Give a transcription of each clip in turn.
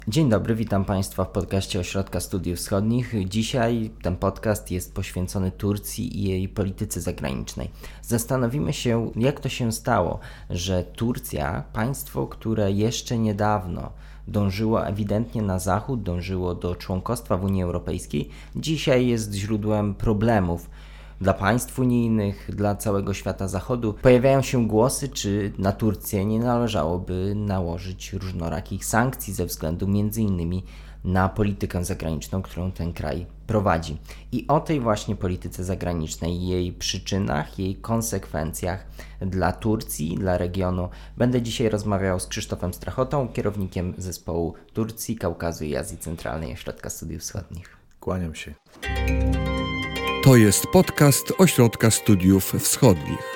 Dzień dobry, witam Państwa w podcaście Ośrodka Studiów Wschodnich. Dzisiaj ten podcast jest poświęcony Turcji i jej polityce zagranicznej. Zastanowimy się, jak to się stało, że Turcja, państwo, które jeszcze niedawno dążyło ewidentnie na zachód, dążyło do członkostwa w Unii Europejskiej, dzisiaj jest źródłem problemów dla państw unijnych, dla całego świata zachodu. Pojawiają się głosy, czy na Turcję nie należałoby nałożyć różnorakich sankcji ze względu m.in. na politykę zagraniczną, którą ten kraj prowadzi. I o tej właśnie polityce zagranicznej, jej przyczynach, jej konsekwencjach dla Turcji, dla regionu będę dzisiaj rozmawiał z Krzysztofem Strachotą, kierownikiem zespołu Turcji, Kaukazu i Azji Centralnej Ośrodka Studiów Wschodnich. Kłaniam się. To jest podcast Ośrodka Studiów Wschodnich.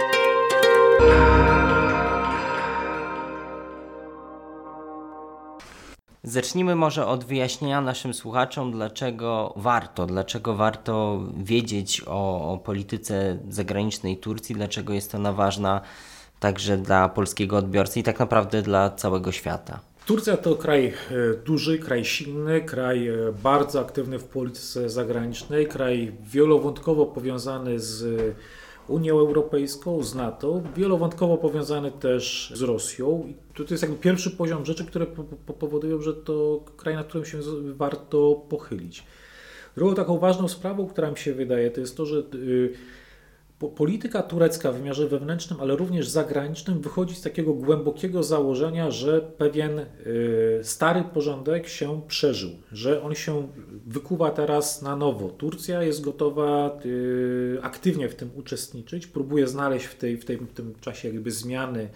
Zacznijmy może od wyjaśnienia naszym słuchaczom, dlaczego warto wiedzieć o polityce zagranicznej Turcji, dlaczego jest ona ważna także dla polskiego odbiorcy i tak naprawdę dla całego świata. Turcja to kraj duży, kraj silny, kraj bardzo aktywny w polityce zagranicznej, kraj wielowątkowo powiązany z Unią Europejską, z NATO, wielowątkowo powiązany też z Rosją. I to jest jakby pierwszy poziom rzeczy, które powodują, że to kraj, na którym się warto pochylić. Drugą taką ważną sprawą, która mi się wydaje, to jest to, że polityka turecka w wymiarze wewnętrznym, ale również zagranicznym wychodzi z takiego głębokiego założenia, że pewien stary porządek się przeżył, że on się wykuwa teraz na nowo. Turcja jest gotowa aktywnie w tym uczestniczyć, próbuje znaleźć w tym czasie jakby zmiany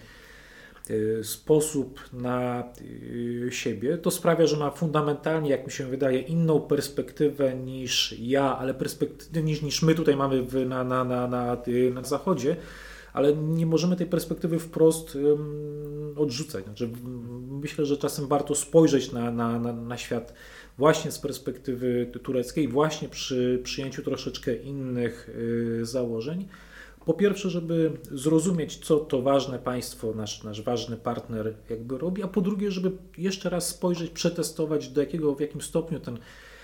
sposób na siebie. To sprawia, że ma fundamentalnie, jak mi się wydaje, inną perspektywę niż ale niż my tutaj mamy na Zachodzie, ale nie możemy tej perspektywy wprost odrzucać. Znaczy, myślę, że czasem warto spojrzeć na świat właśnie z perspektywy tureckiej, właśnie przy przyjęciu troszeczkę innych założeń. Po pierwsze, żeby zrozumieć, co to ważne państwo, nasz ważny partner jakby robi, a po drugie, żeby jeszcze raz spojrzeć, przetestować, w jakim stopniu ten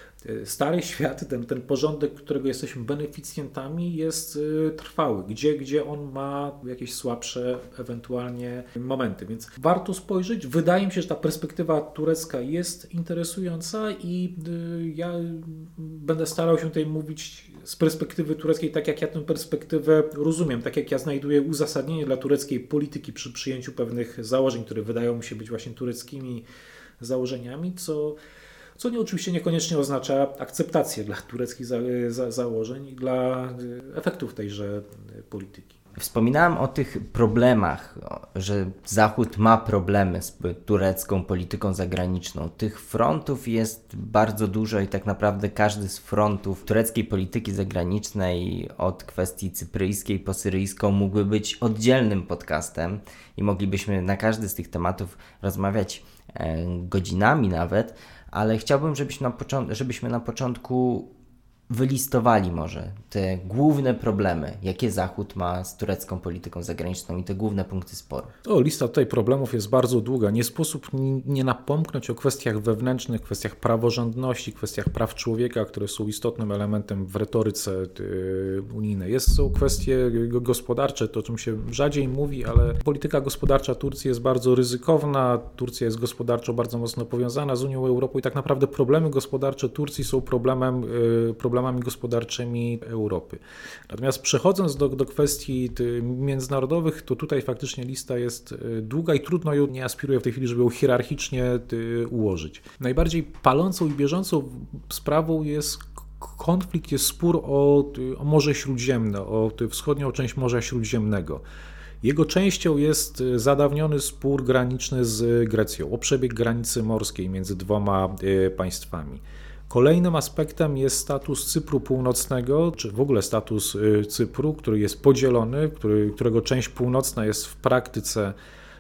stary świat, ten porządek, którego jesteśmy beneficjentami, jest trwały, gdzie on ma jakieś słabsze ewentualnie momenty. Więc warto spojrzeć. Wydaje mi się, że ta perspektywa turecka jest interesująca i ja będę starał się tutaj mówić z perspektywy tureckiej, tak jak ja tę perspektywę rozumiem, tak jak ja znajduję uzasadnienie dla tureckiej polityki przy przyjęciu pewnych założeń, które wydają mi się być właśnie tureckimi założeniami, co oczywiście niekoniecznie oznacza akceptację dla tureckich założeń i dla efektów tejże polityki. Wspominałem o tych problemach, że Zachód ma problemy z turecką polityką zagraniczną. Tych frontów jest bardzo dużo i tak naprawdę każdy z frontów tureckiej polityki zagranicznej, od kwestii cypryjskiej po syryjską, mógłby być oddzielnym podcastem i moglibyśmy na każdy z tych tematów rozmawiać godzinami nawet, ale chciałbym, żebyśmy na początku wylistowali może te główne problemy, jakie Zachód ma z turecką polityką zagraniczną i te główne punkty sporu. Lista tutaj problemów jest bardzo długa. Nie sposób nie napomknąć o kwestiach wewnętrznych, kwestiach praworządności, kwestiach praw człowieka, które są istotnym elementem w retoryce unijnej. Są kwestie gospodarcze, to o czym się rzadziej mówi, ale polityka gospodarcza Turcji jest bardzo ryzykowna. Turcja jest gospodarczo bardzo mocno powiązana z Unią Europejską i tak naprawdę problemy gospodarcze Turcji są problemami gospodarczymi Europy. Natomiast przechodząc do kwestii międzynarodowych, to tutaj faktycznie lista jest długa i trudno ją, nie aspiruję w tej chwili, żeby ją hierarchicznie ułożyć. Najbardziej palącą i bieżącą sprawą jest konflikt, jest spór o Morze Śródziemne, o wschodnią część Morza Śródziemnego. Jego częścią jest zadawniony spór graniczny z Grecją, o przebieg granicy morskiej między dwoma państwami. Kolejnym aspektem jest status Cypru Północnego, czy w ogóle status Cypru, który jest podzielony, którego część północna jest w praktyce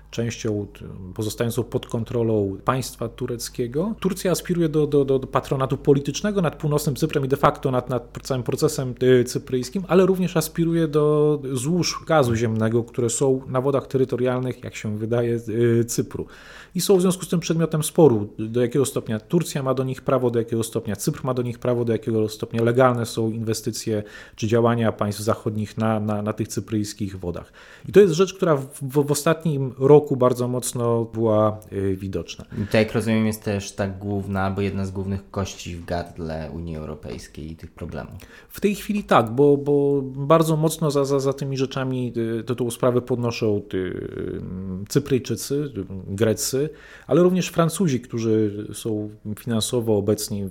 częścią pozostającą pod kontrolą państwa tureckiego. Turcja aspiruje do patronatu politycznego nad północnym Cyprem i de facto nad całym procesem cypryjskim, ale również aspiruje do złóż gazu ziemnego, które są na wodach terytorialnych, jak się wydaje, Cypru. I są w związku z tym przedmiotem sporu, do jakiego stopnia Turcja ma do nich prawo, do jakiego stopnia Cypr ma do nich prawo, do jakiego stopnia legalne są inwestycje czy działania państw zachodnich na tych cypryjskich wodach. I to jest rzecz, która w ostatnim roku bardzo mocno była widoczna. I to, jak rozumiem, jest też ta główna, albo jedna z głównych kości w gardle Unii Europejskiej i tych problemów. W tej chwili tak, bo bardzo mocno za tymi rzeczami tą sprawę podnoszą Cypryjczycy, Grecy, ale również Francuzi, którzy są finansowo obecni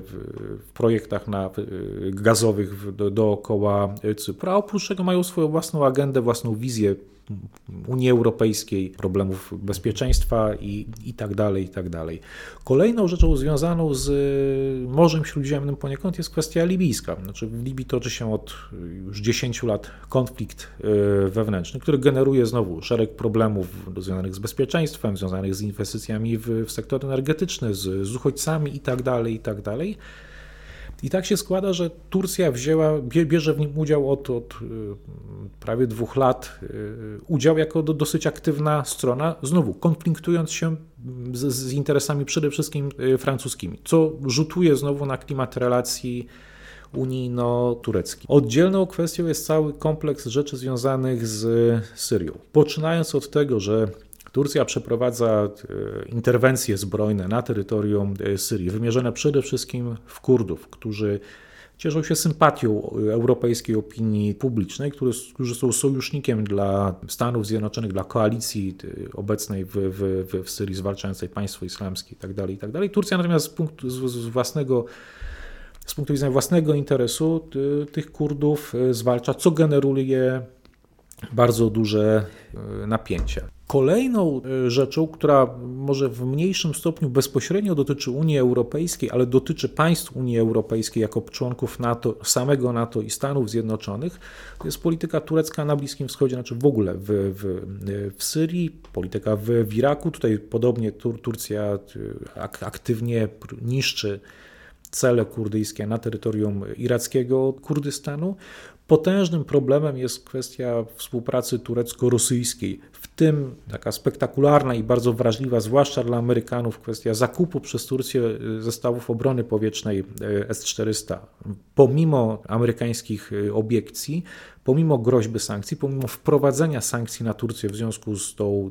w projektach gazowych dookoła Cypru, a oprócz tego mają swoją własną agendę, własną wizję Unii Europejskiej, problemów bezpieczeństwa i tak dalej, i tak dalej. Kolejną rzeczą związaną z Morzem Śródziemnym poniekąd jest kwestia libijska. Znaczy w Libii toczy się od już 10 lat konflikt wewnętrzny, który generuje znowu szereg problemów związanych z bezpieczeństwem, związanych z inwestycjami w sektor energetyczny, z uchodźcami i tak dalej, i tak dalej. I tak się składa, że Turcja bierze w nim udział od prawie 2 lat, udział jako dosyć aktywna strona, znowu konfliktując się z interesami przede wszystkim francuskimi, co rzutuje znowu na klimat relacji unijno-turecki. Oddzielną kwestią jest cały kompleks rzeczy związanych z Syrią. Poczynając od tego, że Turcja przeprowadza interwencje zbrojne na terytorium Syrii, wymierzone przede wszystkim w Kurdów, którzy cieszą się sympatią europejskiej opinii publicznej, którzy są sojusznikiem dla Stanów Zjednoczonych, dla koalicji obecnej w Syrii zwalczającej państwo islamskie itd. Turcja natomiast z punktu widzenia własnego interesu tych Kurdów zwalcza, co generuje bardzo duże napięcia. Kolejną rzeczą, która może w mniejszym stopniu bezpośrednio dotyczy Unii Europejskiej, ale dotyczy państw Unii Europejskiej jako członków NATO, samego NATO i Stanów Zjednoczonych, to jest polityka turecka na Bliskim Wschodzie, znaczy w ogóle w Syrii, polityka w Iraku. Tutaj podobnie Turcja aktywnie niszczy cele kurdyjskie na terytorium irackiego Kurdystanu. Potężnym problemem jest kwestia współpracy turecko-rosyjskiej, w tym taka spektakularna i bardzo wrażliwa, zwłaszcza dla Amerykanów, kwestia zakupu przez Turcję zestawów obrony powietrznej S-400. Pomimo amerykańskich obiekcji, pomimo groźby sankcji, pomimo wprowadzenia sankcji na Turcję w związku z tą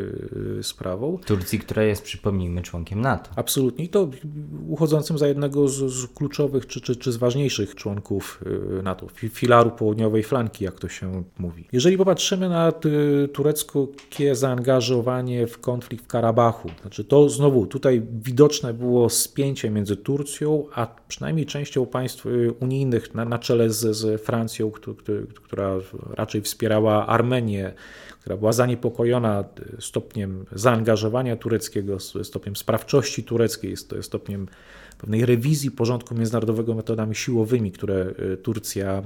sprawą. Turcji, która jest, przypomnijmy, członkiem NATO. Absolutnie. I to uchodzącym za jednego z kluczowych czy z ważniejszych członków NATO, filaru południowej flanki, jak to się mówi. Jeżeli popatrzymy na tureckie zaangażowanie w konflikt w Karabachu, znaczy to znowu tutaj widoczne było spięcie między Turcją, a przynajmniej częścią państw unijnych na czele z Francją, która raczej wspierała Armenię, która była zaniepokojona stopniem zaangażowania tureckiego, stopniem sprawczości tureckiej, stopniem pewnej rewizji porządku międzynarodowego metodami siłowymi, które Turcja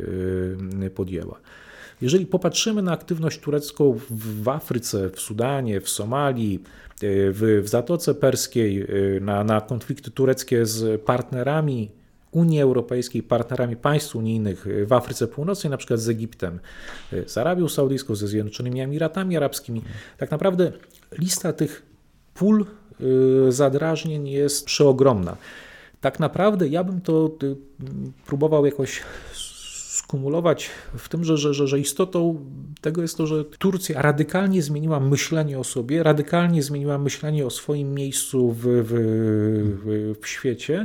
podjęła. Jeżeli popatrzymy na aktywność turecką w Afryce, w Sudanie, w Somalii, w Zatoce Perskiej, na konflikty tureckie z partnerami Unii Europejskiej, partnerami państw unijnych w Afryce Północnej, na przykład z Egiptem, z Arabią Saudyjską, ze Zjednoczonymi Emiratami Arabskimi, tak naprawdę lista tych pól zadrażnień jest przeogromna. Tak naprawdę ja bym to próbował jakoś skumulować w tym, że istotą tego jest to, że Turcja radykalnie zmieniła myślenie o sobie, radykalnie zmieniła myślenie o swoim miejscu w świecie.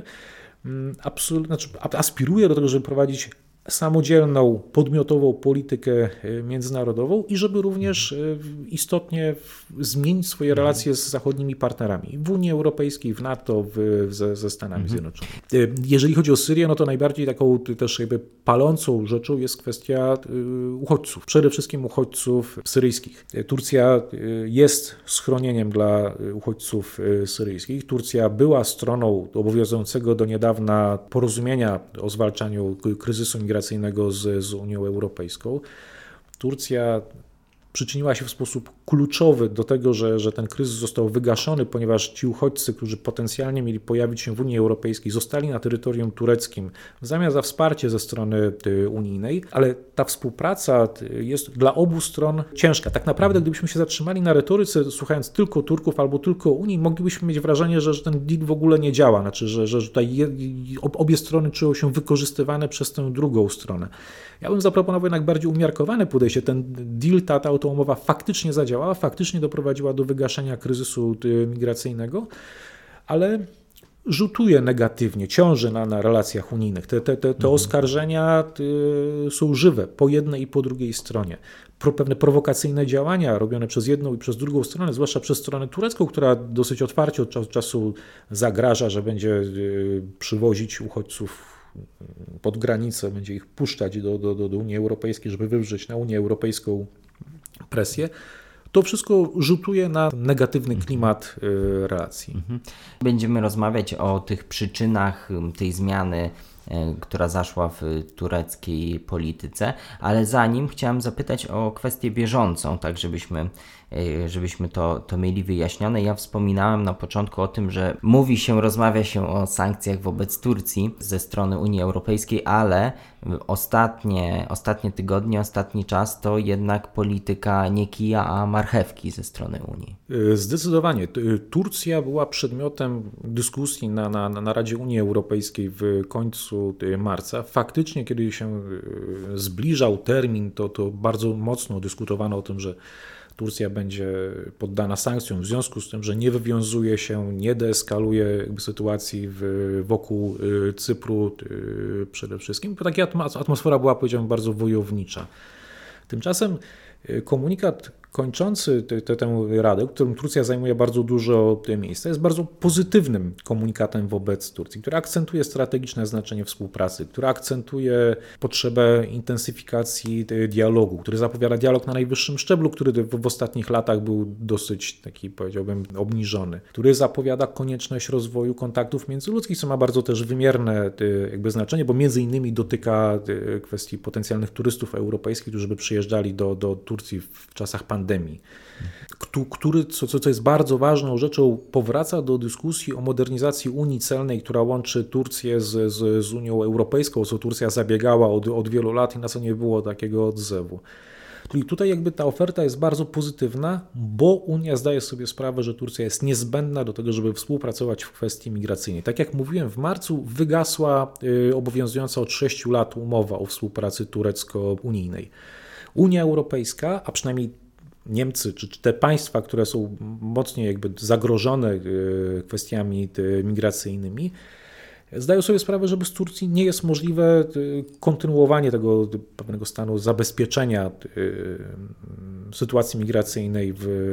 Aspiruje do tego, żeby prowadzić samodzielną, podmiotową politykę międzynarodową i żeby również istotnie zmienić swoje relacje z zachodnimi partnerami w Unii Europejskiej, w NATO, ze Stanami Zjednoczonymi. Jeżeli chodzi o Syrię, no to najbardziej taką też jakby palącą rzeczą jest kwestia uchodźców, przede wszystkim uchodźców syryjskich. Turcja jest schronieniem dla uchodźców syryjskich. Turcja była stroną obowiązującego do niedawna porozumienia o zwalczaniu kryzysu migracyjnego z Unią Europejską. Turcja przyczyniła się w sposób kluczowy do tego, że ten kryzys został wygaszony, ponieważ ci uchodźcy, którzy potencjalnie mieli pojawić się w Unii Europejskiej, zostali na terytorium tureckim w zamian za wsparcie ze strony unijnej, ale ta współpraca jest dla obu stron ciężka. Tak naprawdę, gdybyśmy się zatrzymali na retoryce, słuchając tylko Turków albo tylko Unii, moglibyśmy mieć wrażenie, że ten deal w ogóle nie działa, znaczy, że tutaj obie strony czują się wykorzystywane przez tę drugą stronę. Ja bym zaproponował jednak bardziej umiarkowane podejście. Ten deal, ta umowa faktycznie zadziałała, faktycznie doprowadziła do wygaszenia kryzysu migracyjnego, ale rzutuje negatywnie, ciąży na relacjach unijnych. Te oskarżenia są żywe po jednej i po drugiej stronie. Pewne prowokacyjne działania robione przez jedną i przez drugą stronę, zwłaszcza przez stronę turecką, która dosyć otwarcie od czasu zagraża, że będzie przywozić uchodźców pod granicę, będzie ich puszczać do Unii Europejskiej, żeby wywrzeć na Unię Europejską presję. To wszystko rzutuje na negatywny klimat relacji. Będziemy rozmawiać o tych przyczynach tej zmiany, która zaszła w tureckiej polityce, ale zanim chciałem zapytać o kwestię bieżącą, tak żebyśmy to mieli wyjaśnione. Ja wspominałem na początku o tym, że rozmawia się o sankcjach wobec Turcji ze strony Unii Europejskiej, ale ostatnie tygodnie, ostatni czas to jednak polityka nie kija, a marchewki ze strony Unii. Zdecydowanie. Turcja była przedmiotem dyskusji na Radzie Unii Europejskiej w końcu marca. Faktycznie, kiedy się zbliżał termin, to bardzo mocno dyskutowano o tym, że Turcja będzie poddana sankcjom w związku z tym, że nie wywiązuje się, nie deeskaluje sytuacji wokół Cypru przede wszystkim. Taka atmosfera była, powiedziałbym, bardzo wojownicza. Tymczasem komunikat kończący tę radę, w którym Turcja zajmuje bardzo dużo miejsca, jest bardzo pozytywnym komunikatem wobec Turcji, który akcentuje strategiczne znaczenie współpracy, który akcentuje potrzebę intensyfikacji dialogu, który zapowiada dialog na najwyższym szczeblu, który w ostatnich latach był dosyć taki, powiedziałbym, obniżony, który zapowiada konieczność rozwoju kontaktów międzyludzkich, co ma bardzo też wymierne znaczenie, bo między innymi dotyka kwestii potencjalnych turystów europejskich, którzy by przyjeżdżali do Turcji w czasach pandemii, który, co jest bardzo ważną rzeczą, powraca do dyskusji o modernizacji Unii Celnej, która łączy Turcję z Unią Europejską, co Turcja zabiegała od wielu lat i na co nie było takiego odzewu. Czyli tutaj ta oferta jest bardzo pozytywna, bo Unia zdaje sobie sprawę, że Turcja jest niezbędna do tego, żeby współpracować w kwestii migracyjnej. Tak jak mówiłem, w marcu wygasła obowiązująca od 6 lat umowa o współpracy turecko-unijnej. Unia Europejska, a przynajmniej Niemcy, czy te państwa, które są mocniej zagrożone kwestiami migracyjnymi, zdają sobie sprawę, że bez Turcji nie jest możliwe kontynuowanie tego pewnego stanu zabezpieczenia sytuacji migracyjnej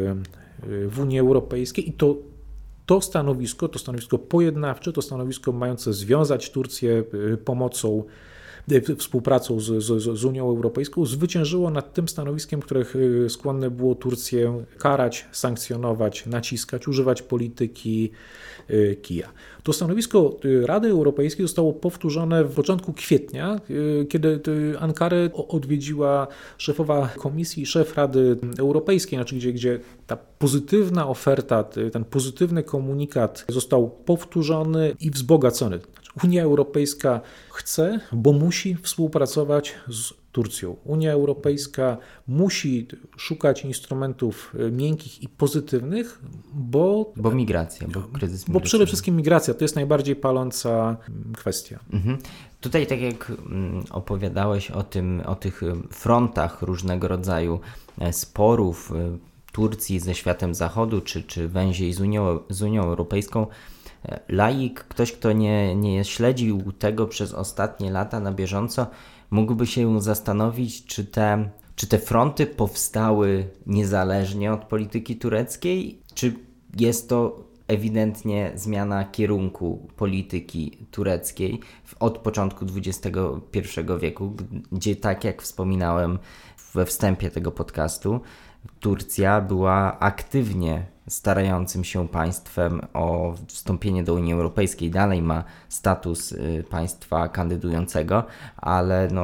w Unii Europejskiej i to stanowisko pojednawcze, to stanowisko mające związać Turcję pomocą, współpracą z Unią Europejską zwyciężyło nad tym stanowiskiem, które skłonne było Turcję karać, sankcjonować, naciskać, używać polityki kija. To stanowisko Rady Europejskiej zostało powtórzone w początku kwietnia, kiedy Ankarę odwiedziła szefowa Komisji, szef Rady Europejskiej, gdzie ta pozytywna oferta, ten pozytywny komunikat został powtórzony i wzbogacony. Unia Europejska chce, bo musi współpracować z Turcją. Unia Europejska musi szukać instrumentów miękkich i pozytywnych, bo migracja, bo kryzys migracyjny. Bo przede wszystkim migracja to jest najbardziej paląca kwestia. Tutaj, tak jak opowiadałeś o tych frontach różnego rodzaju sporów Turcji ze światem Zachodu, czy więzi z Unią Europejską, laik, ktoś, kto nie śledził tego przez ostatnie lata na bieżąco, mógłby się zastanowić, czy te fronty powstały niezależnie od polityki tureckiej, czy jest to ewidentnie zmiana kierunku polityki tureckiej od początku XXI wieku, gdzie, tak jak wspominałem we wstępie tego podcastu, Turcja była aktywnie starającym się państwem o wstąpienie do Unii Europejskiej. Dalej ma status państwa kandydującego, ale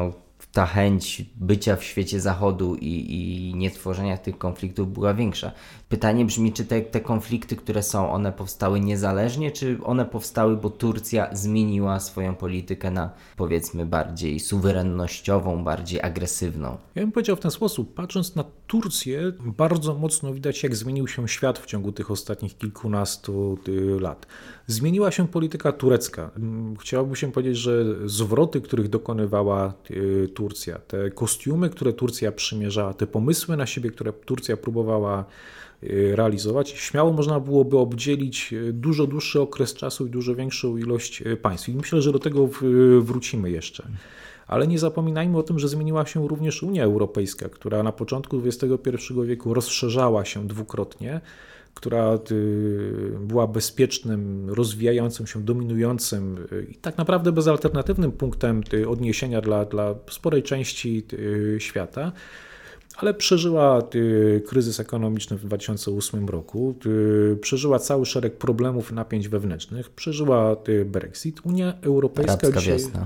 ta chęć bycia w świecie Zachodu i nietworzenia tych konfliktów była większa. Pytanie brzmi, czy te konflikty, które są, one powstały niezależnie, czy one powstały, bo Turcja zmieniła swoją politykę na, powiedzmy, bardziej suwerennościową, bardziej agresywną? Ja bym powiedział w ten sposób, patrząc na Turcję, bardzo mocno widać, jak zmienił się świat w ciągu tych ostatnich kilkunastu lat. Zmieniła się polityka turecka. Chciałoby się powiedzieć, że zwroty, których dokonywała Turcja, te kostiumy, które Turcja przymierzała, te pomysły na siebie, które Turcja próbowała realizować, śmiało można byłoby obdzielić dużo dłuższy okres czasu i dużo większą ilość państw. I myślę, że do tego wrócimy jeszcze. Ale nie zapominajmy o tym, że zmieniła się również Unia Europejska, która na początku XXI wieku rozszerzała się dwukrotnie, która była bezpiecznym, rozwijającym się, dominującym i tak naprawdę bezalternatywnym punktem odniesienia dla sporej części świata, ale przeżyła kryzys ekonomiczny w 2008 roku, przeżyła cały szereg problemów, napięć wewnętrznych, przeżyła Brexit. Unia Europejska Arabska dzisiaj... wiosna.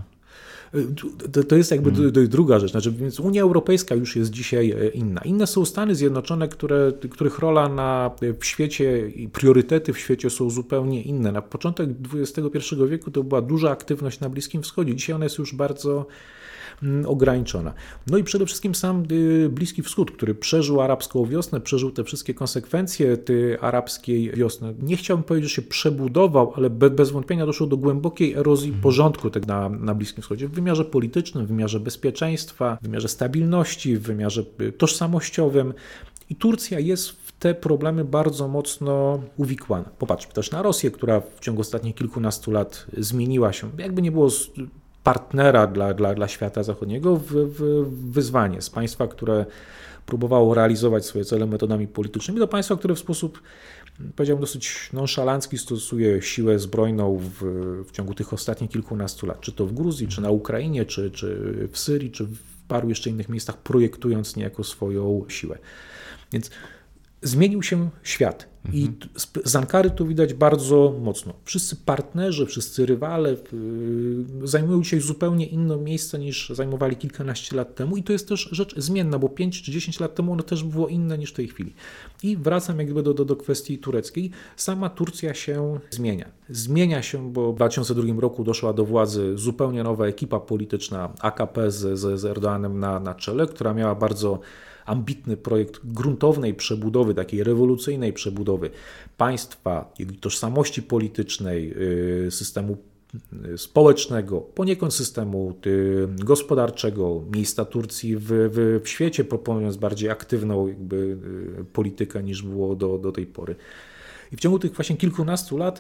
To jest jakby druga rzecz. Więc Unia Europejska już jest dzisiaj inna. Inne są Stany Zjednoczone, których rola w świecie i priorytety w świecie są zupełnie inne. Na początek XXI wieku to była duża aktywność na Bliskim Wschodzie. Dzisiaj ona jest już bardzo ograniczona. No i przede wszystkim sam Bliski Wschód, który przeżył arabską wiosnę, przeżył te wszystkie konsekwencje tej arabskiej wiosny. Nie chciałbym powiedzieć, że się przebudował, ale bez wątpienia doszło do głębokiej erozji porządku na Bliskim Wschodzie w wymiarze politycznym, w wymiarze bezpieczeństwa, w wymiarze stabilności, w wymiarze tożsamościowym. I Turcja jest w te problemy bardzo mocno uwikłana. Popatrzmy też na Rosję, która w ciągu ostatnich kilkunastu lat zmieniła się. Jakby nie było partnera dla świata zachodniego w wyzwanie z państwa, które próbowało realizować swoje cele metodami politycznymi, do państwa, które w sposób, powiedziałbym, dosyć nonszalancki stosuje siłę zbrojną w ciągu tych ostatnich kilkunastu lat, czy to w Gruzji, czy na Ukrainie, czy w Syrii, czy w paru jeszcze innych miejscach, projektując niejako swoją siłę. Więc zmienił się świat. I z Ankary to widać bardzo mocno. Wszyscy partnerzy, wszyscy rywale zajmują dzisiaj zupełnie inne miejsce niż zajmowali kilkanaście lat temu i to jest też rzecz zmienna, bo 5 czy 10 lat temu ono też było inne niż w tej chwili. I wracam jakby do kwestii tureckiej. Sama Turcja się zmienia. Zmienia się, bo w 2002 roku doszła do władzy zupełnie nowa ekipa polityczna AKP z Erdoğanem na czele, która miała bardzo ambitny projekt gruntownej przebudowy, takiej rewolucyjnej przebudowy państwa, jego tożsamości politycznej, systemu społecznego, poniekąd systemu gospodarczego, miejsca Turcji w świecie, proponując bardziej aktywną jakby politykę niż było do tej pory. I w ciągu tych właśnie kilkunastu lat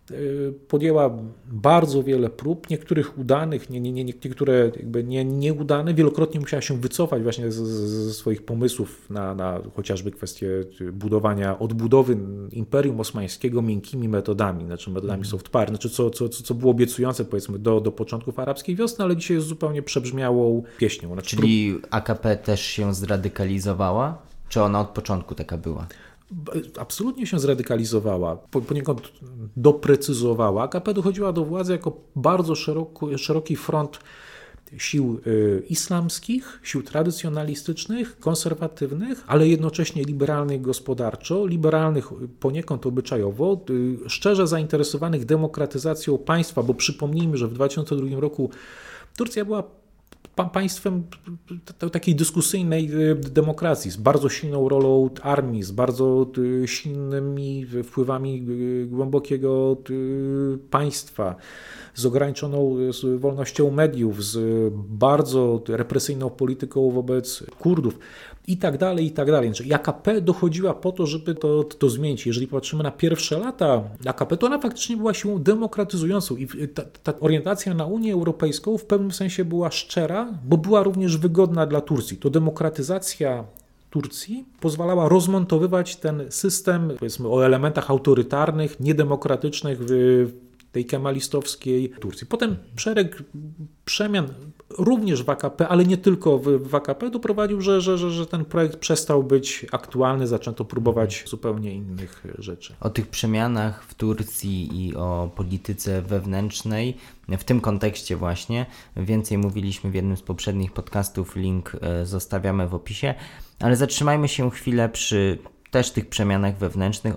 podjęła bardzo wiele prób, niektórych udanych, niektóre jakby nieudane. Wielokrotnie musiała się wycofać właśnie ze swoich pomysłów na chociażby kwestię odbudowy Imperium Osmańskiego miękkimi metodami, znaczy metodami soft power, znaczy co było obiecujące powiedzmy do początków arabskiej wiosny, ale dzisiaj jest zupełnie przebrzmiałą pieśnią. Znaczy, czyli AKP też się zradykalizowała? Czy ona od początku taka była? Absolutnie się zradykalizowała, poniekąd doprecyzowała. AKP dochodziła do władzy jako bardzo szeroki front sił islamskich, sił tradycjonalistycznych, konserwatywnych, ale jednocześnie liberalnych gospodarczo, liberalnych poniekąd obyczajowo, szczerze zainteresowanych demokratyzacją państwa, bo przypomnijmy, że w 2002 roku Turcja była państwem takiej dyskusyjnej demokracji, z bardzo silną rolą armii, z bardzo silnymi wpływami głębokiego państwa, z ograniczoną wolnością mediów, z bardzo represyjną polityką wobec Kurdów i tak dalej, i tak dalej. Znaczy, AKP dochodziła po to, żeby to zmienić. Jeżeli patrzymy na pierwsze lata AKP, to ona faktycznie była siłą demokratyzującą i ta orientacja na Unię Europejską w pewnym sensie była szczera, bo była również wygodna dla Turcji. To demokratyzacja Turcji pozwalała rozmontowywać ten system, powiedzmy, o elementach autorytarnych, niedemokratycznych tej kemalistowskiej Turcji. Potem szereg przemian również w AKP, ale nie tylko w AKP doprowadził, że ten projekt przestał być aktualny, zaczęto próbować zupełnie innych rzeczy. O tych przemianach w Turcji i o polityce wewnętrznej, w tym kontekście właśnie, więcej mówiliśmy w jednym z poprzednich podcastów, link zostawiamy w opisie, ale zatrzymajmy się chwilę przy też tych przemianach wewnętrznych,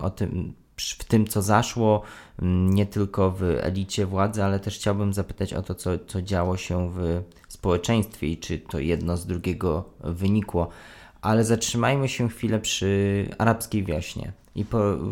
w tym, co zaszło nie tylko w elicie władzy, ale też chciałbym zapytać o to, co działo się w społeczeństwie i czy to jedno z drugiego wynikło. Ale zatrzymajmy się chwilę przy arabskiej wiośnie i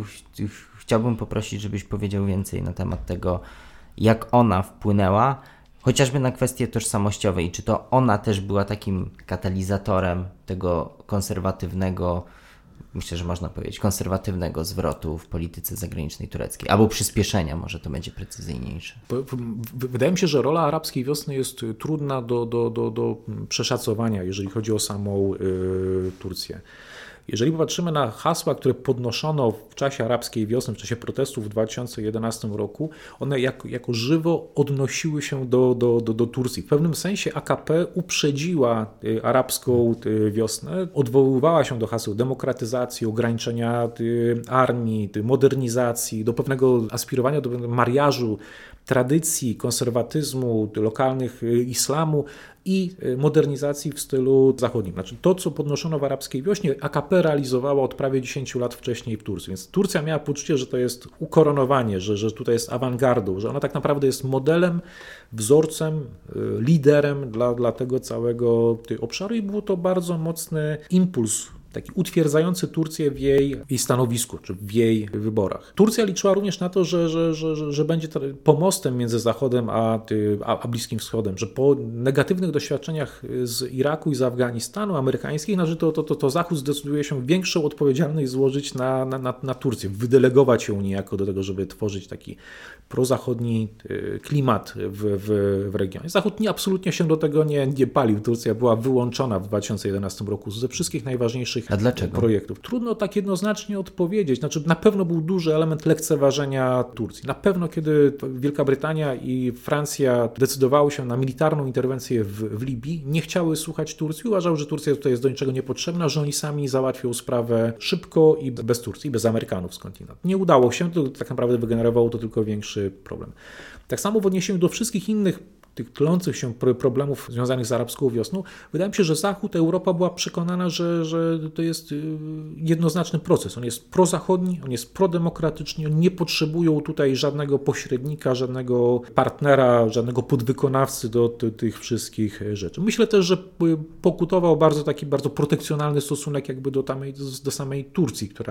chciałbym poprosić, żebyś powiedział więcej na temat tego, jak ona wpłynęła chociażby na kwestie tożsamościowe i czy to ona też była takim katalizatorem tego konserwatywnego, myślę, że można powiedzieć, konserwatywnego zwrotu w polityce zagranicznej tureckiej, albo przyspieszenia, może to będzie precyzyjniejsze. Wydaje mi się, że rola arabskiej wiosny jest trudna do przeszacowania, jeżeli chodzi o samą Turcję. Jeżeli popatrzymy na hasła, które podnoszono w czasie arabskiej wiosny, w czasie protestów w 2011 roku, one jako żywo odnosiły się do Turcji. W pewnym sensie AKP uprzedziła arabską wiosnę, odwoływała się do haseł demokratyzacji, ograniczenia armii, modernizacji, do pewnego aspirowania do mariażu tradycji, konserwatyzmu, lokalnych islamu i modernizacji w stylu zachodnim. Znaczy to, co podnoszono w arabskiej wiośnie, AKP realizowała od prawie 10 lat wcześniej w Turcji. Więc Turcja miała poczucie, że to jest ukoronowanie, że tutaj jest awangardą, że ona tak naprawdę jest modelem, wzorcem, liderem dla tego całego obszaru i był to bardzo mocny impuls, taki utwierdzający Turcję w jej stanowisku, czy w jej wyborach. Turcja liczyła również na to, że będzie pomostem między Zachodem a Bliskim Wschodem, że po negatywnych doświadczeniach z Iraku i z Afganistanu amerykańskich, to Zachód zdecyduje się większą odpowiedzialność złożyć na Turcję, wydelegować ją niejako do tego, żeby tworzyć taki prozachodni klimat w regionie. Zachód absolutnie się do tego nie palił. Turcja była wyłączona w 2011 roku ze wszystkich najważniejszych projektów. Trudno tak jednoznacznie odpowiedzieć. Znaczy, na pewno był duży element lekceważenia Turcji. Na pewno, kiedy Wielka Brytania i Francja decydowały się na militarną interwencję w Libii, nie chciały słuchać Turcji. Uważały, że Turcja tutaj jest do niczego niepotrzebna, że oni sami załatwią sprawę szybko i bez Turcji, bez Amerykanów skądinąd. Nie udało się, to tak naprawdę wygenerowało to tylko większy problem. Tak samo w odniesieniu do wszystkich innych tych tlących się problemów związanych z arabską wiosną, wydaje mi się, że Zachód, Europa była przekonana, że to jest jednoznaczny proces. On jest prozachodni, on jest prodemokratyczny, oni nie potrzebują tutaj żadnego pośrednika, żadnego partnera, żadnego podwykonawcy do tych wszystkich rzeczy. Myślę też, że pokutował bardzo protekcjonalny stosunek jakby do samej Turcji, która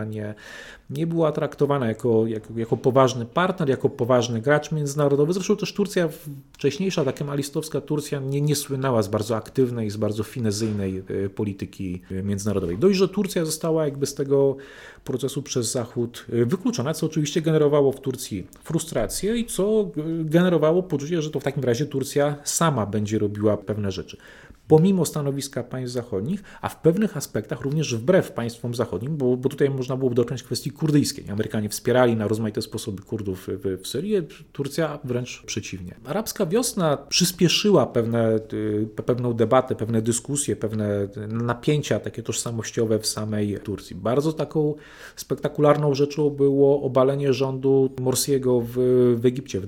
nie była traktowana jako poważny partner, jako poważny gracz międzynarodowy. Zresztą też Turcja wcześniejsza, ta kemalistowska Turcja nie słynęła z bardzo aktywnej, z bardzo finezyjnej polityki międzynarodowej. Dość, że Turcja została jakby z tego procesu przez Zachód wykluczona, co oczywiście generowało w Turcji frustrację i co generowało poczucie, że to w takim razie Turcja sama będzie robiła pewne rzeczy. Pomimo stanowiska państw zachodnich, a w pewnych aspektach również wbrew państwom zachodnim, bo tutaj można było dotknąć kwestii kurdyjskiej. Amerykanie wspierali na rozmaite sposoby Kurdów w Syrii, Turcja wręcz przeciwnie. Arabska wiosna przyspieszyła pewną debatę, pewne dyskusje, pewne napięcia takie tożsamościowe w samej Turcji. Bardzo taką spektakularną rzeczą było obalenie rządu Morsiego w Egipcie w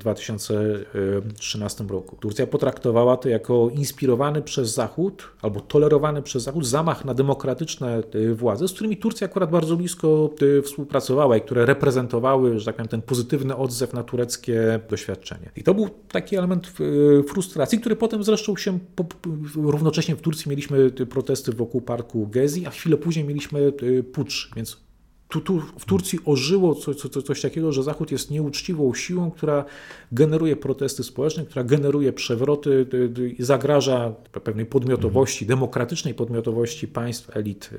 2013 roku. Turcja potraktowała to jako inspirowany przez Zachód albo tolerowany przez Zachód zamach na demokratyczne władze, z którymi Turcja akurat bardzo blisko współpracowała i które reprezentowały, że tak powiem, ten pozytywny odzew na tureckie doświadczenie. I to był taki element frustracji, który potem zresztą się równocześnie w Turcji mieliśmy protesty wokół parku Gezi, a chwilę później mieliśmy pucz, więc tu w Turcji ożyło coś takiego, że Zachód jest nieuczciwą siłą, która generuje protesty społeczne, która generuje przewroty i zagraża pewnej podmiotowości, demokratycznej podmiotowości państw, elit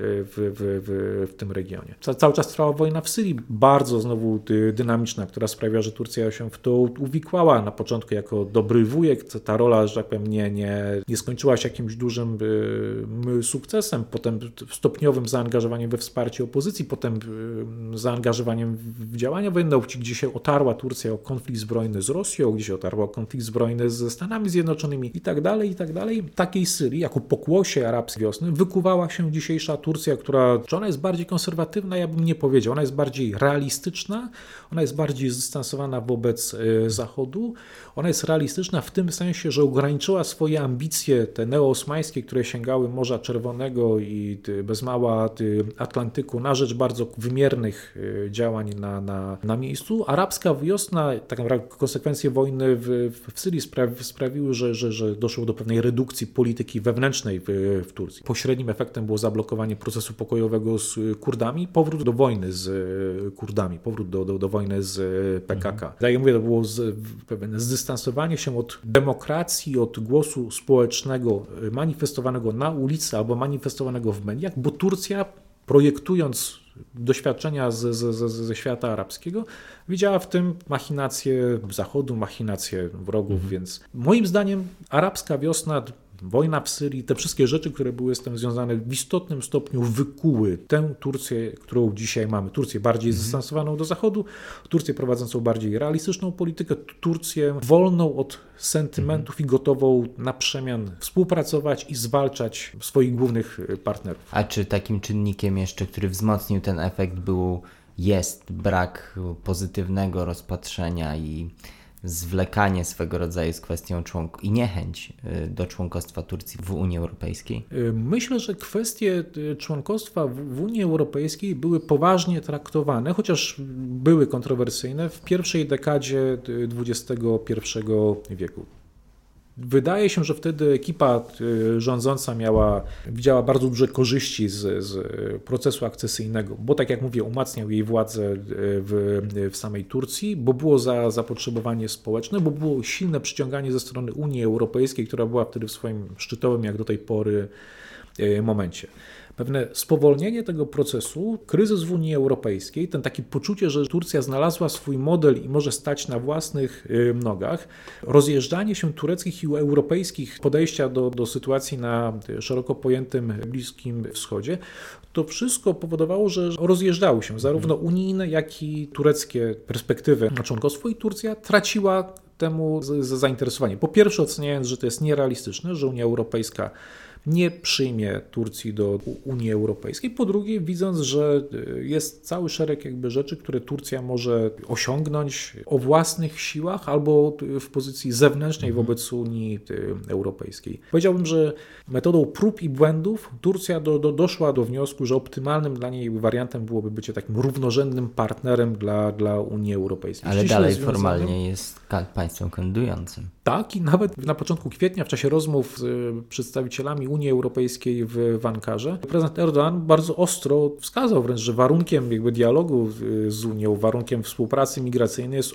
w tym regionie. Cały czas trwała wojna w Syrii, bardzo znowu dynamiczna, która sprawia, że Turcja się w to uwikłała na początku jako dobry wujek. Ta rola, że tak powiem, nie skończyła się jakimś dużym sukcesem, potem stopniowym zaangażowaniem we wsparcie opozycji, potem zaangażowaniem w działania wojenne, gdzie się otarła Turcja o konflikt zbrojny z Rosją, gdzie się otarła o konflikt zbrojny ze Stanami Zjednoczonymi i tak dalej. Takiej Syrii, jako pokłosie arabskiej wiosny, wykuwała się dzisiejsza Turcja, czy ona jest bardziej konserwatywna, ja bym nie powiedział. Ona jest bardziej realistyczna, ona jest bardziej zdystansowana wobec Zachodu, ona jest realistyczna w tym sensie, że ograniczyła swoje ambicje, te neoosmańskie, które sięgały Morza Czerwonego i bez mała Atlantyku, na rzecz bardzo wymiernych działań na miejscu. Arabska wiosna, tak naprawdę konsekwencje wojny w Syrii sprawiły, że doszło do pewnej redukcji polityki wewnętrznej w Turcji. Pośrednim efektem było zablokowanie procesu pokojowego z Kurdami, powrót do wojny z Kurdami, powrót do wojny z PKK. Tak jak mówię, to było pewne zdystansowanie się od demokracji, od głosu społecznego manifestowanego na ulicy albo manifestowanego w mediach, bo Turcja, projektując doświadczenia ze świata arabskiego, widziała w tym machinacje Zachodu, machinacje wrogów, więc moim zdaniem arabska wiosna, wojna w Syrii, te wszystkie rzeczy, które były z tym związane, w istotnym stopniu wykuły tę Turcję, którą dzisiaj mamy. Turcję bardziej zdystansowaną do Zachodu, Turcję prowadzącą bardziej realistyczną politykę, Turcję wolną od sentymentów i gotową na przemian współpracować i zwalczać swoich głównych partnerów. A czy takim czynnikiem jeszcze, który wzmocnił ten efekt, jest brak pozytywnego rozpatrzenia i zwlekanie swego rodzaju z kwestią i niechęć do członkostwa Turcji w Unii Europejskiej? Myślę, że kwestie członkostwa w Unii Europejskiej były poważnie traktowane, chociaż były kontrowersyjne w pierwszej dekadzie XXI wieku. Wydaje się, że wtedy ekipa rządząca widziała bardzo duże korzyści z procesu akcesyjnego, bo tak jak mówię, umacniał jej władzę w samej Turcji, bo było zapotrzebowanie społeczne, bo było silne przyciąganie ze strony Unii Europejskiej, która była wtedy w swoim szczytowym jak do tej pory momencie. Pewne spowolnienie tego procesu, kryzys w Unii Europejskiej, ten takie poczucie, że Turcja znalazła swój model i może stać na własnych nogach, rozjeżdżanie się tureckich i europejskich podejścia do sytuacji na szeroko pojętym Bliskim Wschodzie, to wszystko powodowało, że rozjeżdżały się zarówno unijne, jak i tureckie perspektywy na członkostwo i Turcja traciła temu zainteresowanie. Po pierwsze oceniając, że to jest nierealistyczne, że Unia Europejska nie przyjmie Turcji do Unii Europejskiej. Po drugie, widząc, że jest cały szereg rzeczy, które Turcja może osiągnąć o własnych siłach albo w pozycji zewnętrznej wobec Unii Europejskiej. Powiedziałbym, że metodą prób i błędów Turcja doszła do wniosku, że optymalnym dla niej wariantem byłoby bycie takim równorzędnym partnerem dla Unii Europejskiej. Ale dalej formalnie jest państwem kandydującym. Tak, i nawet na początku kwietnia w czasie rozmów z przedstawicielami Unii Europejskiej w Ankarze prezydent Erdoğan bardzo ostro wskazał wręcz, że warunkiem dialogu z Unią, warunkiem współpracy migracyjnej jest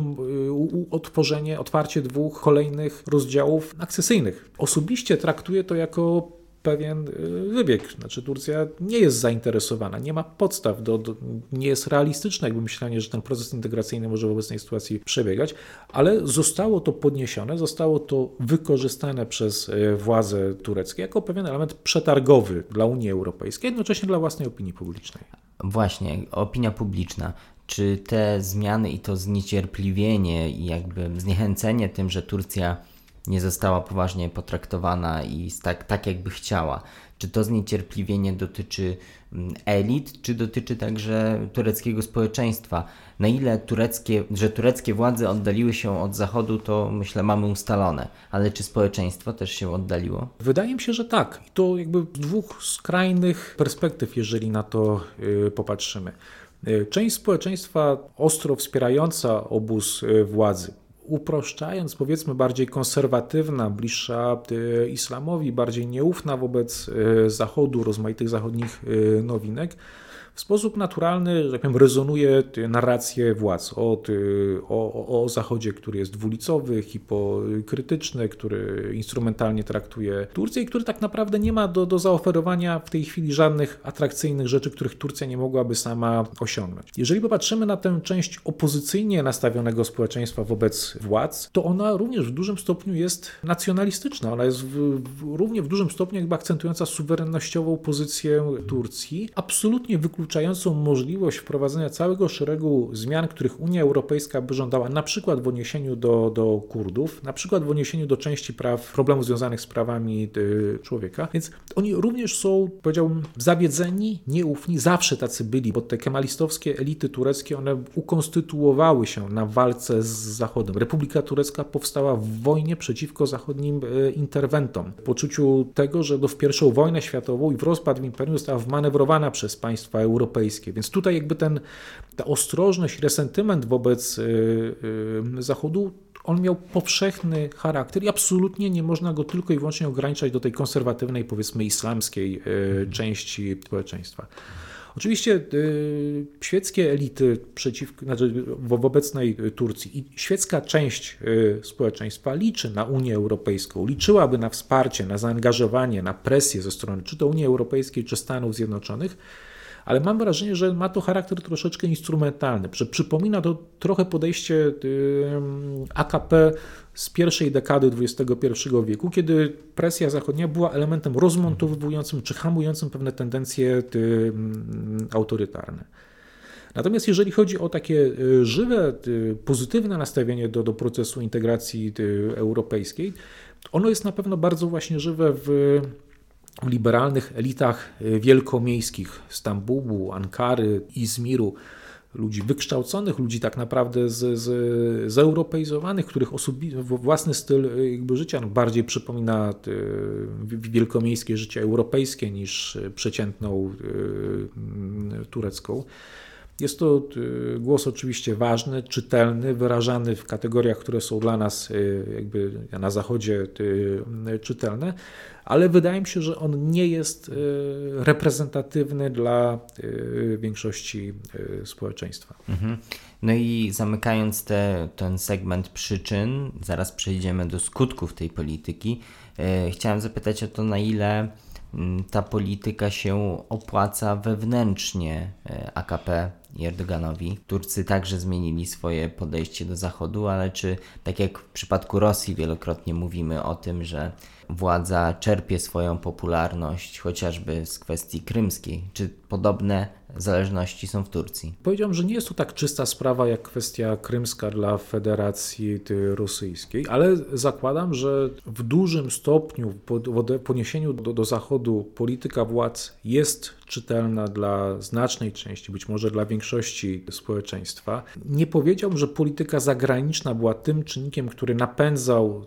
otwarcie 2 kolejnych rozdziałów akcesyjnych. Osobiście traktuję to jako pewien wybieg. Znaczy Turcja nie jest zainteresowana, nie ma podstaw, nie jest realistyczne myślenie, że ten proces integracyjny może w obecnej sytuacji przebiegać, ale zostało to podniesione, zostało to wykorzystane przez władze tureckie jako pewien element przetargowy dla Unii Europejskiej, jednocześnie dla własnej opinii publicznej. Właśnie, opinia publiczna. Czy te zmiany i to zniecierpliwienie i zniechęcenie tym, że Turcja nie została poważnie potraktowana i tak jakby chciała. Czy to zniecierpliwienie dotyczy elit, czy dotyczy także tureckiego społeczeństwa? Na ile tureckie władze oddaliły się od Zachodu, to myślę mamy ustalone. Ale czy społeczeństwo też się oddaliło? Wydaje mi się, że tak. I to z 2 skrajnych perspektyw, jeżeli na to popatrzymy. Część społeczeństwa ostro wspierająca obóz władzy, uproszczając, powiedzmy bardziej konserwatywna, bliższa islamowi, bardziej nieufna wobec Zachodu, rozmaitych zachodnich nowinek, w sposób naturalny, że tak powiem, rezonuje narrację władz o Zachodzie, który jest dwulicowy, hipokrytyczny, który instrumentalnie traktuje Turcję i który tak naprawdę nie ma do zaoferowania w tej chwili żadnych atrakcyjnych rzeczy, których Turcja nie mogłaby sama osiągnąć. Jeżeli popatrzymy na tę część opozycyjnie nastawionego społeczeństwa wobec władz, to ona również w dużym stopniu jest nacjonalistyczna. Ona jest równie w dużym stopniu akcentująca suwerennościową pozycję Turcji, absolutnie wykluczająca wykluczającą możliwość wprowadzenia całego szeregu zmian, których Unia Europejska by żądała, na przykład w odniesieniu do Kurdów, na przykład w odniesieniu do części problemów związanych z prawami człowieka. Więc oni również są, powiedziałbym, zawiedzeni, nieufni, zawsze tacy byli, bo te kemalistowskie elity tureckie, one ukonstytuowały się na walce z Zachodem. Republika Turecka powstała w wojnie przeciwko zachodnim interwentom. W poczuciu tego, że w I wojnę światową i w rozpad imperium została wmanewrowana przez państwa europejskie. Więc tutaj jakby ta ostrożność, resentyment wobec Zachodu, on miał powszechny charakter i absolutnie nie można go tylko i wyłącznie ograniczać do tej konserwatywnej, powiedzmy islamskiej części społeczeństwa. Oczywiście świeckie elity w obecnej Turcji i świecka część społeczeństwa liczy na Unię Europejską, liczyłaby na wsparcie, na zaangażowanie, na presję ze strony czy to Unii Europejskiej, czy Stanów Zjednoczonych, ale mam wrażenie, że ma to charakter troszeczkę instrumentalny, że przypomina to trochę podejście AKP z pierwszej dekady XXI wieku, kiedy presja zachodnia była elementem rozmontowującym czy hamującym pewne tendencje autorytarne. Natomiast jeżeli chodzi o takie żywe, pozytywne nastawienie do procesu integracji europejskiej, ono jest na pewno bardzo właśnie żywe w liberalnych elitach wielkomiejskich Stambułu, Ankary, Izmiru, ludzi wykształconych, ludzi tak naprawdę zeuropeizowanych, których własny styl jakby życia bardziej przypomina wielkomiejskie życie europejskie niż przeciętną turecką. Jest to głos oczywiście ważny, czytelny, wyrażany w kategoriach, które są dla nas jakby na Zachodzie czytelne, ale wydaje mi się, że on nie jest reprezentatywny dla większości społeczeństwa. No i zamykając ten segment przyczyn, zaraz przejdziemy do skutków tej polityki. Chciałem zapytać o to, na ile ta polityka się opłaca wewnętrznie AKP i Erdoganowi. Turcy także zmienili swoje podejście do Zachodu, ale czy tak jak w przypadku Rosji wielokrotnie mówimy o tym, że władza czerpie swoją popularność chociażby z kwestii krymskiej, czy podobne zależności są w Turcji? Powiedziałbym, że nie jest to tak czysta sprawa jak kwestia krymska dla Federacji Rosyjskiej, ale zakładam, że w dużym stopniu w poniesieniu do Zachodu polityka władz jest czytelna dla znacznej części, być może dla większości społeczeństwa. Nie powiedziałbym, że polityka zagraniczna była tym czynnikiem, który napędzał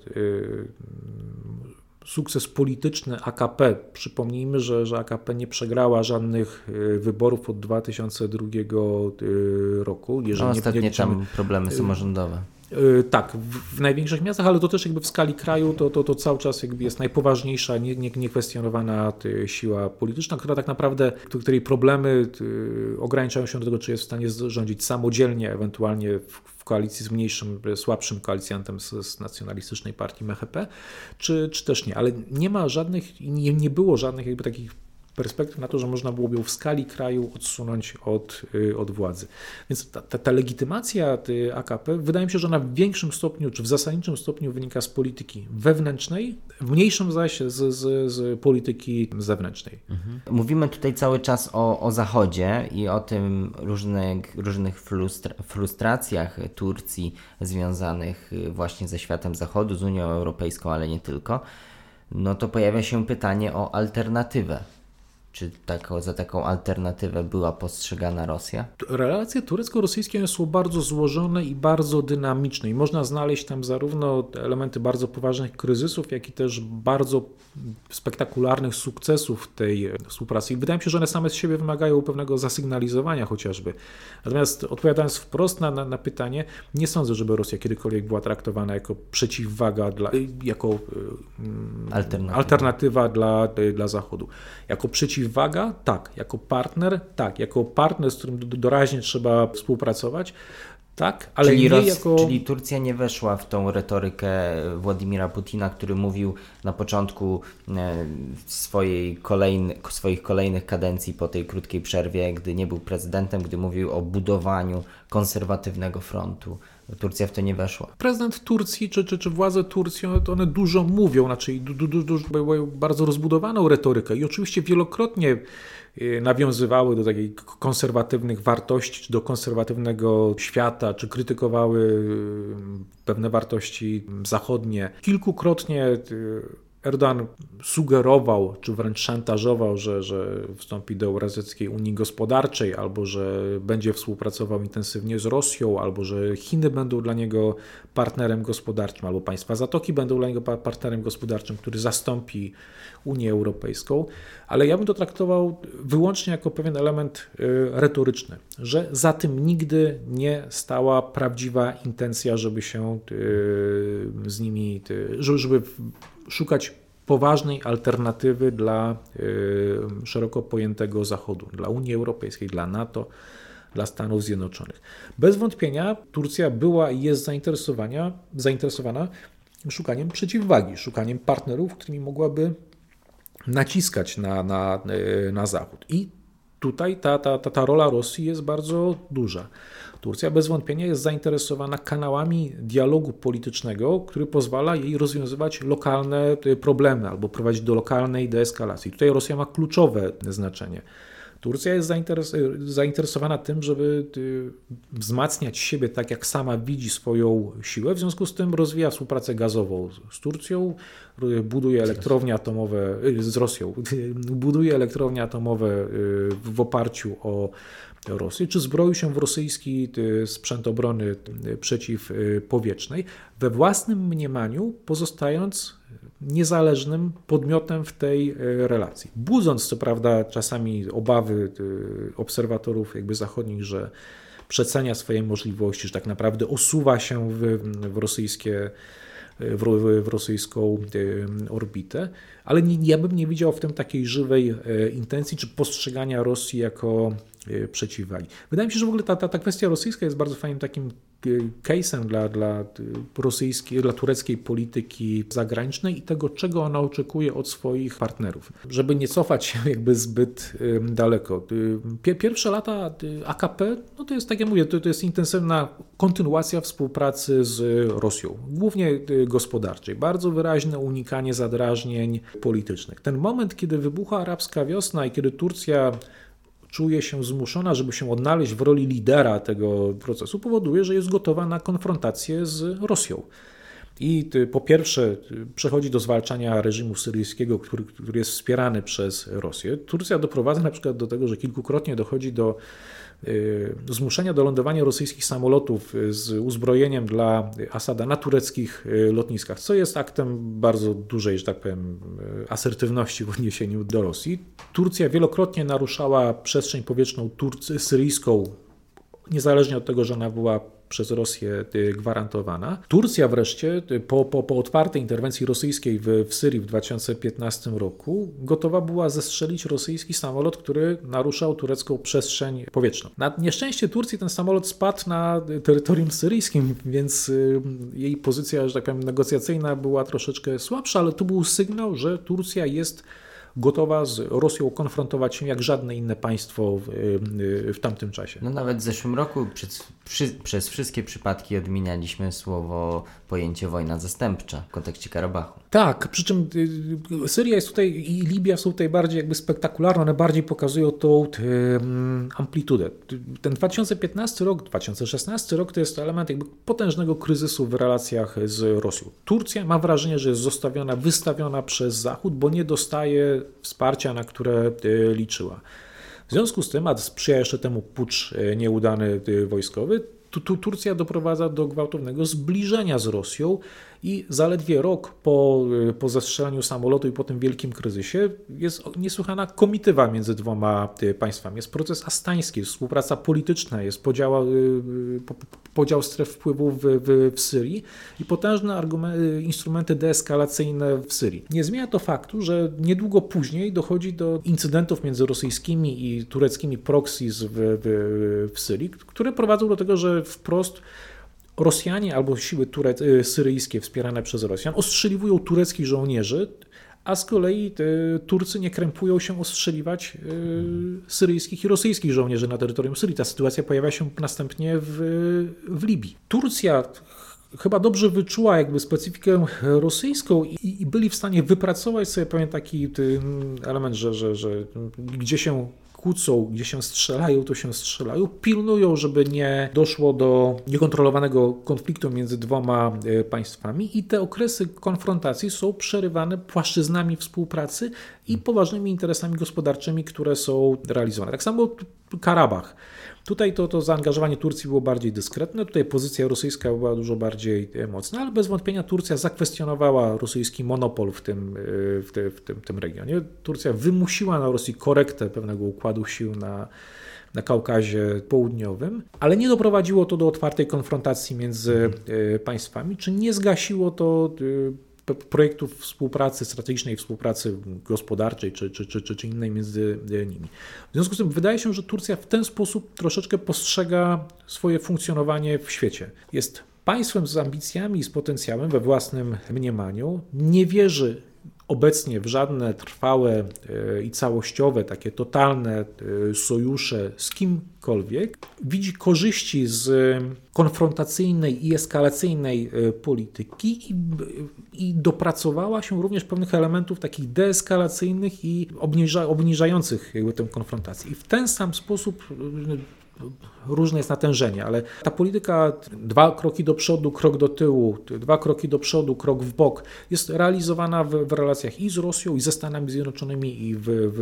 sukces polityczny AKP. Przypomnijmy, że AKP nie przegrała żadnych wyborów od 2002 roku. Ostatnie tam problemy samorządowe. Tak, w największych miastach, ale to też jakby w skali kraju to cały czas jakby jest najpoważniejsza, niekwestionowana siła polityczna, która tak naprawdę, której problemy ograniczają się do tego, czy jest w stanie rządzić samodzielnie, ewentualnie w koalicji z mniejszym, słabszym koalicjantem z nacjonalistycznej partii MHP, czy też nie. Ale nie ma żadnych, nie było żadnych jakby takich perspektyw na to, że można byłoby ją w skali kraju odsunąć od władzy. Więc ta legitymacja AKP wydaje mi się, że ona w większym stopniu, czy w zasadniczym stopniu wynika z polityki wewnętrznej, w mniejszym zaś z polityki zewnętrznej. Mówimy tutaj cały czas o Zachodzie i o tym różnych frustracjach Turcji związanych właśnie ze światem Zachodu, z Unią Europejską, ale nie tylko. No to pojawia się pytanie o alternatywę. Czy za taką alternatywę była postrzegana Rosja? Relacje turecko-rosyjskie są bardzo złożone i bardzo dynamiczne i można znaleźć tam zarówno elementy bardzo poważnych kryzysów, jak i też bardzo spektakularnych sukcesów tej współpracy. I wydaje mi się, że one same z siebie wymagają pewnego zasygnalizowania chociażby. Natomiast odpowiadając wprost na pytanie, nie sądzę, żeby Rosja kiedykolwiek była traktowana jako przeciwwaga, jako alternatywa dla Zachodu. Jako przeciwwaga? Tak. Jako partner? Tak. Jako partner, z którym doraźnie trzeba współpracować? Tak, ale Czyli Turcja nie weszła w tą retorykę Władimira Putina, który mówił na początku swoich kolejnych kadencji po tej krótkiej przerwie, gdy nie był prezydentem, gdy mówił o budowaniu konserwatywnego frontu Turcja w to nie weszła. Prezydent Turcji czy władze Turcji, one dużo mówią, znaczy mają bardzo rozbudowaną retorykę i oczywiście wielokrotnie nawiązywały do takich konserwatywnych wartości, czy do konserwatywnego świata, czy krytykowały pewne wartości zachodnie. Kilkukrotnie Erdoğan sugerował, czy wręcz szantażował, że wstąpi do Eurazjatyckiej Unii Gospodarczej, albo że będzie współpracował intensywnie z Rosją, albo że Chiny będą dla niego partnerem gospodarczym, albo państwa Zatoki będą dla niego partnerem gospodarczym, który zastąpi Unię Europejską. Ale ja bym to traktował wyłącznie jako pewien element retoryczny, że za tym nigdy nie stała prawdziwa intencja, żeby się z nimi, żeby szukać poważnej alternatywy dla szeroko pojętego Zachodu, dla Unii Europejskiej, dla NATO, dla Stanów Zjednoczonych. Bez wątpienia Turcja była i jest zainteresowana szukaniem przeciwwagi, szukaniem partnerów, którymi mogłaby naciskać na Zachód. I tutaj ta rola Rosji jest bardzo duża. Turcja bez wątpienia jest zainteresowana kanałami dialogu politycznego, który pozwala jej rozwiązywać lokalne problemy albo prowadzić do lokalnej deeskalacji. Tutaj Rosja ma kluczowe znaczenie. Turcja jest zainteresowana tym, żeby wzmacniać siebie tak, jak sama widzi swoją siłę. W związku z tym rozwija współpracę gazową z Turcją, buduje elektrownie atomowe z Rosją, buduje elektrownie atomowe w oparciu o Rosję, czy zbroił się w rosyjski sprzęt obrony przeciwpowietrznej, we własnym mniemaniu pozostając niezależnym podmiotem w tej relacji. Budząc co prawda czasami obawy obserwatorów zachodnich, że przecenia swoje możliwości, że tak naprawdę osuwa się w rosyjską orbitę, ale ja bym nie widział w tym takiej żywej intencji czy postrzegania Rosji jako przeciwwagi. Wydaje mi się, że w ogóle ta kwestia rosyjska jest bardzo fajnym takim case'em dla tureckiej polityki zagranicznej i tego, czego ona oczekuje od swoich partnerów. Żeby nie cofać się zbyt daleko. Pierwsze lata AKP, no to jest, tak jak mówię, to jest intensywna kontynuacja współpracy z Rosją, głównie gospodarczej. Bardzo wyraźne unikanie zadrażnień politycznych. Ten moment, kiedy wybucha arabska wiosna i kiedy Turcja czuje się zmuszona, żeby się odnaleźć w roli lidera tego procesu, powoduje, że jest gotowa na konfrontację z Rosją. I po pierwsze przechodzi do zwalczania reżimu syryjskiego, który jest wspierany przez Rosję. Turcja doprowadza na przykład do tego, że kilkukrotnie dochodzi do zmuszenia do lądowania rosyjskich samolotów z uzbrojeniem dla Asada na tureckich lotniskach, co jest aktem bardzo dużej, że tak powiem, asertywności w odniesieniu do Rosji. Turcja wielokrotnie naruszała przestrzeń powietrzną syryjską, niezależnie od tego, że ona była przez Rosję gwarantowana. Turcja wreszcie po otwartej interwencji rosyjskiej w Syrii w 2015 roku gotowa była zestrzelić rosyjski samolot, który naruszał turecką przestrzeń powietrzną. Na nieszczęście Turcji ten samolot spadł na terytorium syryjskim, więc jej pozycja, że tak powiem, negocjacyjna była troszeczkę słabsza, ale to był sygnał, że Turcja jest gotowa z Rosją konfrontować się jak żadne inne państwo w tamtym czasie. No nawet w zeszłym roku przez wszystkie przypadki odmienialiśmy pojęcie wojna zastępcza w kontekście Karabachu. Tak, przy czym Syria jest tutaj i Libia są tutaj bardziej spektakularne, one bardziej pokazują tą amplitudę. Ten 2015 rok, 2016 rok to jest element potężnego kryzysu w relacjach z Rosją. Turcja ma wrażenie, że jest wystawiona przez Zachód, bo nie dostaje wsparcia, na które liczyła. W związku z tym, a sprzyja jeszcze temu pucz nieudany wojskowy, Turcja doprowadza do gwałtownego zbliżenia z Rosją i zaledwie rok po zestrzeleniu samolotu i po tym wielkim kryzysie jest niesłychana komitywa między dwoma państwami. Jest proces astański, jest współpraca polityczna, jest podział stref wpływów w Syrii i potężne instrumenty deeskalacyjne w Syrii. Nie zmienia to faktu, że niedługo później dochodzi do incydentów między rosyjskimi i tureckimi proxies w Syrii, które prowadzą do tego, że wprost Rosjanie albo siły syryjskie wspierane przez Rosjan ostrzeliwują tureckich żołnierzy, a z kolei Turcy nie krępują się ostrzeliwać syryjskich i rosyjskich żołnierzy na terytorium Syrii. Ta sytuacja pojawia się następnie w Libii. Turcja chyba dobrze wyczuła jakby specyfikę rosyjską i byli w stanie wypracować sobie pewien taki element, że gdzie się kłócą, gdzie się strzelają, to się strzelają. Pilnują, żeby nie doszło do niekontrolowanego konfliktu między dwoma państwami i te okresy konfrontacji są przerywane płaszczyznami współpracy i poważnymi interesami gospodarczymi, które są realizowane. Tak samo Karabach. Tutaj to zaangażowanie Turcji było bardziej dyskretne, tutaj pozycja rosyjska była dużo bardziej mocna, ale bez wątpienia Turcja zakwestionowała rosyjski monopol w tym regionie. Turcja wymusiła na Rosji korektę pewnego układu sił na Kaukazie Południowym, ale nie doprowadziło to do otwartej konfrontacji między państwami, czy nie zgasiło to projektów współpracy, strategicznej współpracy gospodarczej czy innej między nimi. W związku z tym wydaje się, że Turcja w ten sposób troszeczkę postrzega swoje funkcjonowanie w świecie. Jest państwem z ambicjami i z potencjałem we własnym mniemaniu, nie wierzy obecnie w żadne trwałe i całościowe, takie totalne sojusze z kimkolwiek. Widzi korzyści z konfrontacyjnej i eskalacyjnej polityki i dopracowała się również pewnych elementów takich deeskalacyjnych i obniżających jakby tę konfrontację. I w ten sam sposób różne jest natężenie, ale ta polityka 2 kroki do przodu, krok do tyłu, 2 kroki do przodu, krok w bok jest realizowana w relacjach i z Rosją, i ze Stanami Zjednoczonymi,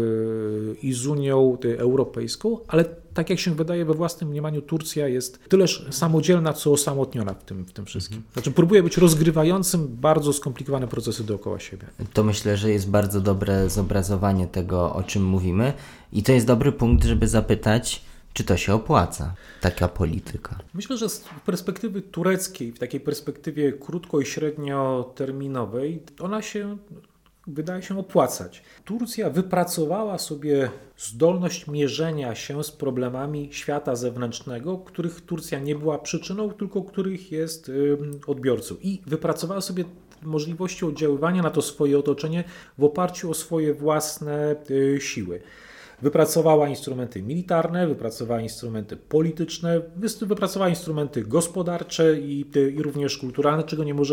i z Unią Europejską, ale tak jak się wydaje, we własnym mniemaniu Turcja jest tyleż samodzielna, co osamotniona w tym wszystkim. Znaczy próbuje być rozgrywającym bardzo skomplikowane procesy dookoła siebie. To myślę, że jest bardzo dobre zobrazowanie tego, o czym mówimy i to jest dobry punkt, żeby zapytać, czy to się opłaca, taka polityka? Myślę, że z perspektywy tureckiej, w takiej perspektywie krótko- i średnioterminowej, ona się wydaje się opłacać. Turcja wypracowała sobie zdolność mierzenia się z problemami świata zewnętrznego, których Turcja nie była przyczyną, tylko których jest odbiorcą. I wypracowała sobie możliwości oddziaływania na to swoje otoczenie w oparciu o swoje własne siły. Wypracowała instrumenty militarne, wypracowała instrumenty polityczne, wypracowała instrumenty gospodarcze i również kulturalne,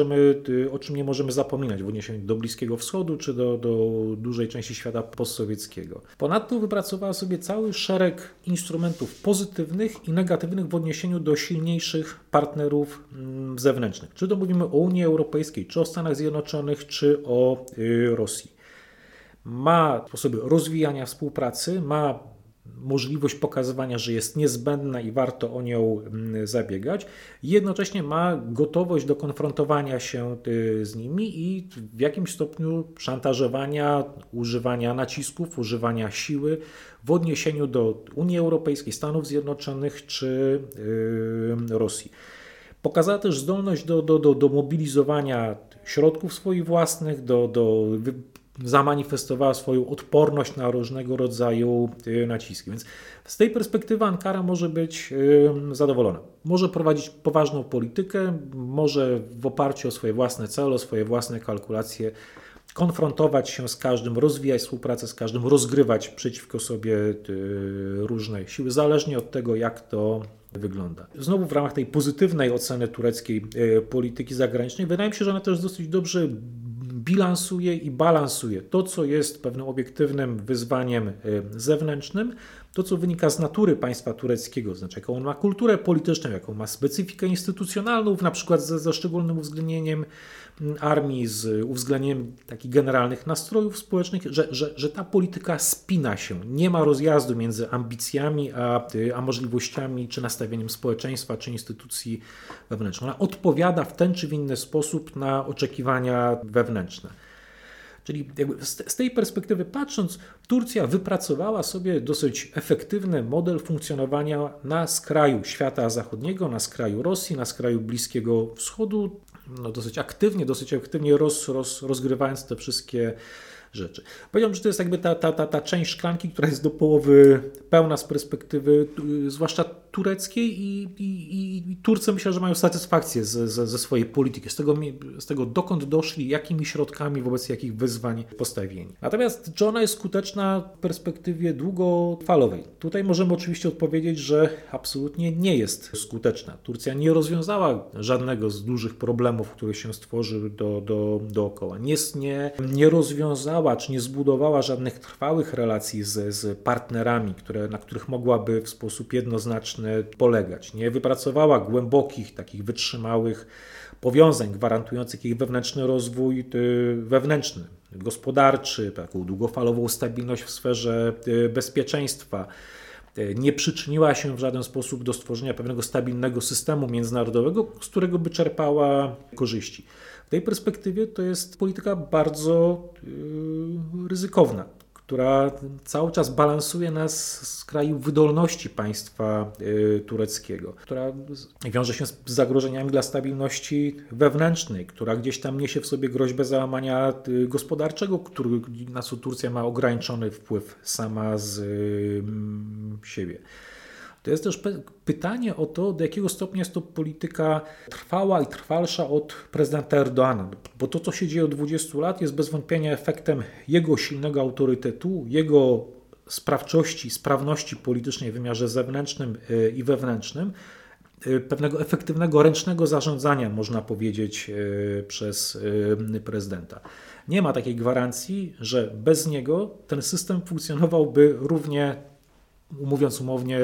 o czym nie możemy zapominać w odniesieniu do Bliskiego Wschodu czy do dużej części świata postsowieckiego. Ponadto wypracowała sobie cały szereg instrumentów pozytywnych i negatywnych w odniesieniu do silniejszych partnerów zewnętrznych. Czy to mówimy o Unii Europejskiej, czy o Stanach Zjednoczonych, czy o Rosji. Ma sposoby rozwijania współpracy, ma możliwość pokazywania, że jest niezbędna i warto o nią zabiegać. Jednocześnie ma gotowość do konfrontowania się z nimi i w jakimś stopniu szantażowania, używania nacisków, używania siły w odniesieniu do Unii Europejskiej, Stanów Zjednoczonych czy Rosji. Pokazała też zdolność do mobilizowania środków swoich własnych, zamanifestowała swoją odporność na różnego rodzaju naciski. Więc z tej perspektywy Ankara może być zadowolona. Może prowadzić poważną politykę, może w oparciu o swoje własne cele, o swoje własne kalkulacje konfrontować się z każdym, rozwijać współpracę z każdym, rozgrywać przeciwko sobie różne siły, zależnie od tego, jak to wygląda. Znowu w ramach tej pozytywnej oceny tureckiej polityki zagranicznej wydaje mi się, że ona też dosyć dobrze bilansuje i balansuje to, co jest pewnym obiektywnym wyzwaniem zewnętrznym, to, co wynika z natury państwa tureckiego, to znaczy jaką on ma kulturę polityczną, jaką ma specyfikę instytucjonalną, na przykład ze szczególnym uwzględnieniem armii, z uwzględnieniem takich generalnych nastrojów społecznych, że ta polityka spina się. Nie ma rozjazdu między ambicjami a możliwościami czy nastawieniem społeczeństwa czy instytucji wewnętrznych. Ona odpowiada w ten czy w inny sposób na oczekiwania wewnętrzne. Czyli jakby z tej perspektywy patrząc, Turcja wypracowała sobie dosyć efektywny model funkcjonowania na skraju świata zachodniego, na skraju Rosji, na skraju Bliskiego Wschodu, dosyć aktywnie rozgrywając te wszystkie rzeczy. Powiedziałbym, że to jest jakby ta część szklanki, która jest do połowy pełna z perspektywy zwłaszcza tureckiej i Turcy myślę, że mają satysfakcję ze swojej polityki, z tego dokąd doszli, jakimi środkami, wobec jakich wyzwań postawieni. Natomiast czy ona jest skuteczna w perspektywie długofalowej? Tutaj możemy oczywiście odpowiedzieć, że absolutnie nie jest skuteczna. Turcja nie rozwiązała żadnego z dużych problemów, które się stworzyły dookoła. Nie rozwiązała czy nie zbudowała żadnych trwałych relacji z partnerami, na których mogłaby w sposób jednoznaczny polegać. Nie wypracowała głębokich, takich wytrzymałych powiązań gwarantujących jej wewnętrzny rozwój wewnętrzny, gospodarczy, taką długofalową stabilność w sferze bezpieczeństwa. Nie przyczyniła się w żaden sposób do stworzenia pewnego stabilnego systemu międzynarodowego, z którego by czerpała korzyści. W tej perspektywie to jest polityka bardzo ryzykowna, która cały czas balansuje nas z kraju wydolności państwa tureckiego, która wiąże się z zagrożeniami dla stabilności wewnętrznej, która gdzieś tam niesie w sobie groźbę załamania gospodarczego, na co Turcja ma ograniczony wpływ sama z siebie. To jest też pytanie o to, do jakiego stopnia jest to polityka trwała i trwalsza od prezydenta Erdoğana, bo to, co się dzieje od 20 lat, jest bez wątpienia efektem jego silnego autorytetu, jego sprawności politycznej w wymiarze zewnętrznym i wewnętrznym, pewnego efektywnego ręcznego zarządzania, można powiedzieć, przez prezydenta. Nie ma takiej gwarancji, że bez niego ten system funkcjonowałby równie, mówiąc umownie,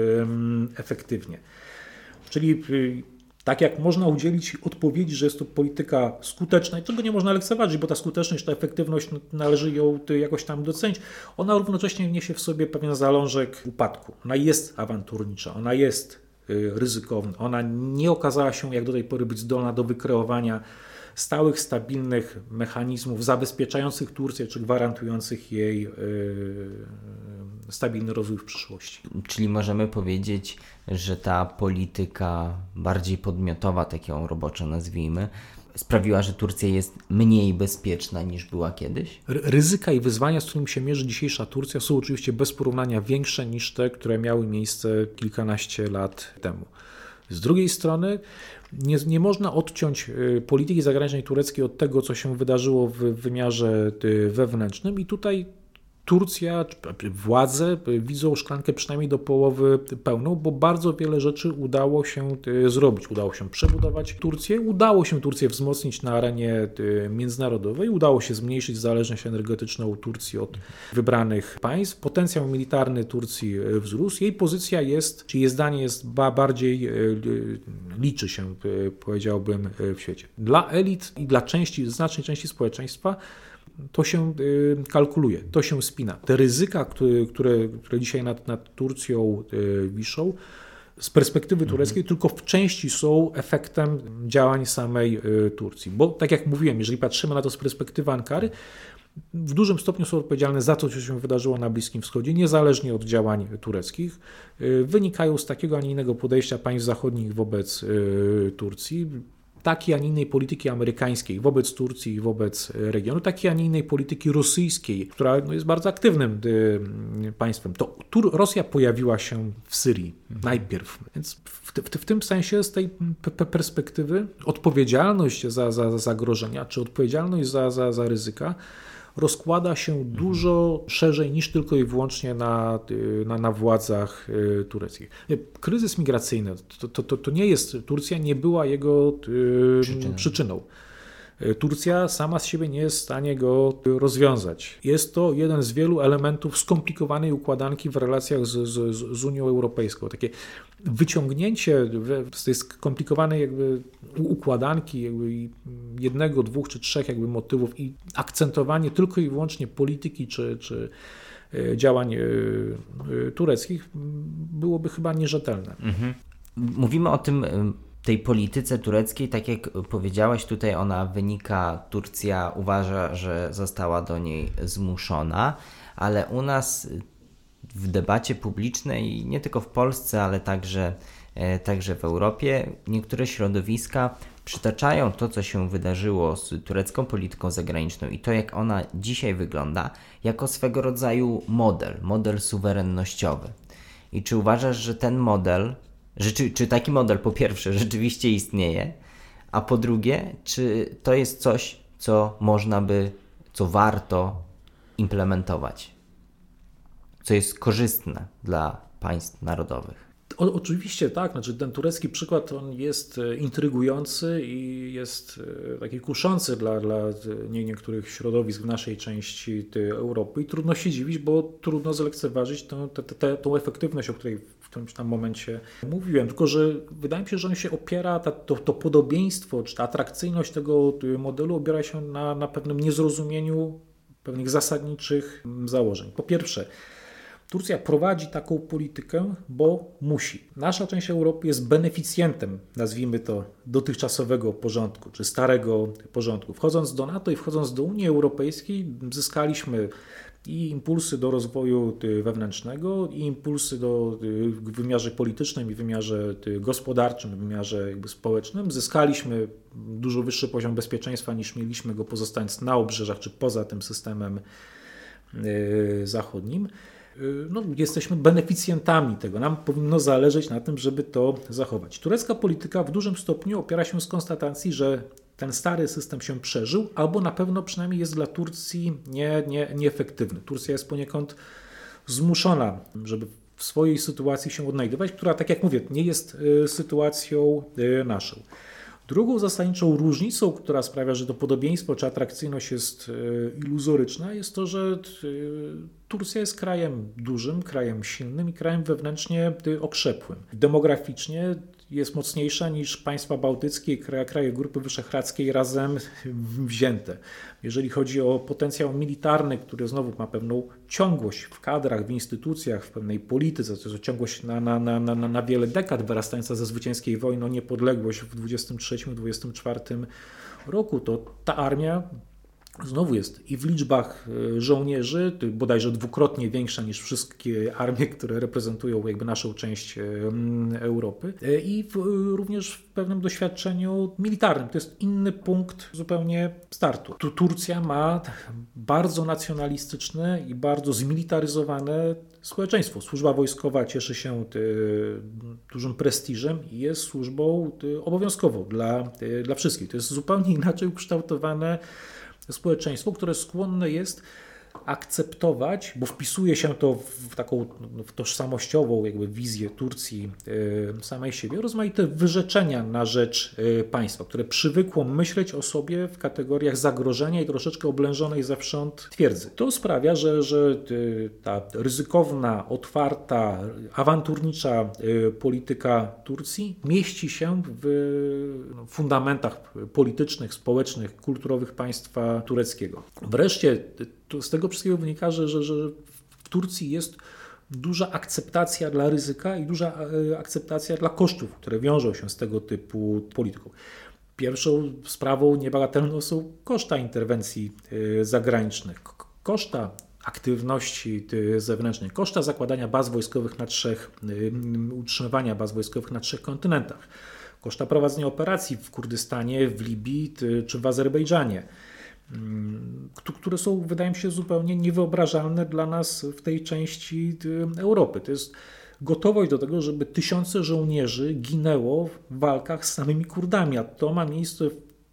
efektywnie. Czyli tak jak można udzielić odpowiedzi, że jest to polityka skuteczna, czego nie można lekceważyć, bo ta skuteczność, ta efektywność, należy ją jakoś tam docenić, ona równocześnie niesie w sobie pewien zalążek upadku. Ona jest awanturnicza, ona jest ryzykowna, ona nie okazała się jak do tej pory być zdolna do wykreowania stałych, stabilnych mechanizmów zabezpieczających Turcję czy gwarantujących jej stabilny rozwój w przyszłości. Czyli możemy powiedzieć, że ta polityka bardziej podmiotowa, tak ją roboczo nazwijmy, sprawiła, że Turcja jest mniej bezpieczna niż była kiedyś? Ryzyka i wyzwania, z którymi się mierzy dzisiejsza Turcja, są oczywiście bez porównania większe niż te, które miały miejsce kilkanaście lat temu. Z drugiej strony nie można odciąć polityki zagranicznej tureckiej od tego, co się wydarzyło w wymiarze wewnętrznym i tutaj Turcja, władze widzą szklankę przynajmniej do połowy pełną, bo bardzo wiele rzeczy udało się zrobić. Udało się przebudować Turcję, udało się Turcję wzmocnić na arenie międzynarodowej, udało się zmniejszyć zależność energetyczną Turcji od wybranych państw. Potencjał militarny Turcji wzrósł. Jej pozycja jest, czy jej zdanie jest bardziej liczy się, powiedziałbym, w świecie. Dla elit i dla znacznej części społeczeństwa to się kalkuluje, to się spina. Te ryzyka, które dzisiaj nad Turcją wiszą, z perspektywy tureckiej tylko w części są efektem działań samej Turcji. Bo tak jak mówiłem, jeżeli patrzymy na to z perspektywy Ankary, w dużym stopniu są odpowiedzialne za to, co się wydarzyło na Bliskim Wschodzie, niezależnie od działań tureckich. Wynikają z takiego, a nie innego podejścia państw zachodnich wobec Turcji, takiej, a nie innej polityki amerykańskiej wobec Turcji i wobec regionu, takiej, a nie innej polityki rosyjskiej, która jest bardzo aktywnym państwem. To Rosja pojawiła się w Syrii najpierw, więc w tym sensie z tej perspektywy odpowiedzialność za zagrożenia, czy odpowiedzialność za ryzyka rozkłada się dużo szerzej niż tylko i wyłącznie na władzach tureckich. Kryzys migracyjny to nie jest, Turcja nie była jego przyczyną. Turcja sama z siebie nie jest w stanie go rozwiązać. Jest to jeden z wielu elementów skomplikowanej układanki w relacjach z Unią Europejską. Takie wyciągnięcie z tej skomplikowanej jakby układanki jakby jednego, dwóch czy trzech jakby motywów i akcentowanie tylko i wyłącznie polityki czy działań tureckich byłoby chyba nierzetelne. Mówimy o tej polityce tureckiej, tak jak powiedziałaś, tutaj ona wynika, Turcja uważa, że została do niej zmuszona, ale u nas w debacie publicznej, nie tylko w Polsce, ale także w Europie, niektóre środowiska przytaczają to, co się wydarzyło z turecką polityką zagraniczną i to, jak ona dzisiaj wygląda, jako swego rodzaju model suwerennościowy. I czy uważasz, że ten model, czy taki model po pierwsze rzeczywiście istnieje, a po drugie, czy to jest coś, co warto implementować, co jest korzystne dla państw narodowych? Oczywiście tak, znaczy ten turecki przykład on jest intrygujący i jest taki kuszący dla niektórych środowisk w naszej części Europy i trudno się dziwić, bo trudno zlekceważyć tą efektywność, o której w którymś tam momencie mówiłem, tylko że wydaje mi się, że on się opiera, to podobieństwo czy ta atrakcyjność tego modelu opiera się na pewnym niezrozumieniu pewnych zasadniczych założeń. Po pierwsze, Turcja prowadzi taką politykę, bo musi. Nasza część Europy jest beneficjentem, nazwijmy to, dotychczasowego porządku, czy starego porządku. Wchodząc do NATO i wchodząc do Unii Europejskiej zyskaliśmy i impulsy do rozwoju wewnętrznego, i impulsy w wymiarze politycznym, i w wymiarze gospodarczym, w wymiarze jakby społecznym. Zyskaliśmy dużo wyższy poziom bezpieczeństwa niż mieliśmy go pozostając na obrzeżach, czy poza tym systemem zachodnim. Jesteśmy beneficjentami tego. Nam powinno zależeć na tym, żeby to zachować. Turecka polityka w dużym stopniu opiera się z konstatacji, że ten stary system się przeżył, albo na pewno przynajmniej jest dla Turcji nieefektywny. Turcja jest poniekąd zmuszona, żeby w swojej sytuacji się odnajdywać, która, tak jak mówię, nie jest sytuacją naszą. Drugą zasadniczą różnicą, która sprawia, że to podobieństwo czy atrakcyjność jest iluzoryczna, jest to, że Turcja jest krajem dużym, krajem silnym i krajem wewnętrznie okrzepłym. Demograficznie jest mocniejsza niż państwa bałtyckie i kraje Grupy Wyszehradzkiej razem wzięte. Jeżeli chodzi o potencjał militarny, który znowu ma pewną ciągłość w kadrach, w instytucjach, w pewnej polityce, to jest ciągłość na wiele dekad wyrastająca ze zwycięskiej wojny o niepodległość w 23-24 roku, to ta armia znowu jest i w liczbach żołnierzy bodajże dwukrotnie większa niż wszystkie armie, które reprezentują jakby naszą część Europy i również w pewnym doświadczeniu militarnym. To jest inny punkt zupełnie startu. Tu Turcja ma bardzo nacjonalistyczne i bardzo zmilitaryzowane społeczeństwo. Służba wojskowa cieszy się dużym prestiżem i jest służbą obowiązkową dla wszystkich. To jest zupełnie inaczej ukształtowane społeczeństwo, które skłonne jest akceptować, bo wpisuje się to w taką tożsamościową jakby wizję Turcji samej siebie, rozmaite wyrzeczenia na rzecz państwa, które przywykło myśleć o sobie w kategoriach zagrożenia i troszeczkę oblężonej zewsząd twierdzy. To sprawia, że ta ryzykowna, otwarta, awanturnicza polityka Turcji mieści się w fundamentach politycznych, społecznych, kulturowych państwa tureckiego. Wreszcie z tego wszystkiego wynika, że w Turcji jest duża akceptacja dla ryzyka i duża akceptacja dla kosztów, które wiążą się z tego typu polityką. Pierwszą sprawą niebagatelną są koszta interwencji zagranicznych, koszta aktywności zewnętrznej, koszta zakładania baz wojskowych utrzymywania baz wojskowych na 3 kontynentach, koszta prowadzenia operacji w Kurdystanie, w Libii czy w Azerbejdżanie, które są, wydaje mi się, zupełnie niewyobrażalne dla nas w tej części Europy. To jest gotowość do tego, żeby tysiące żołnierzy ginęło w walkach z samymi Kurdami, a to ma miejsce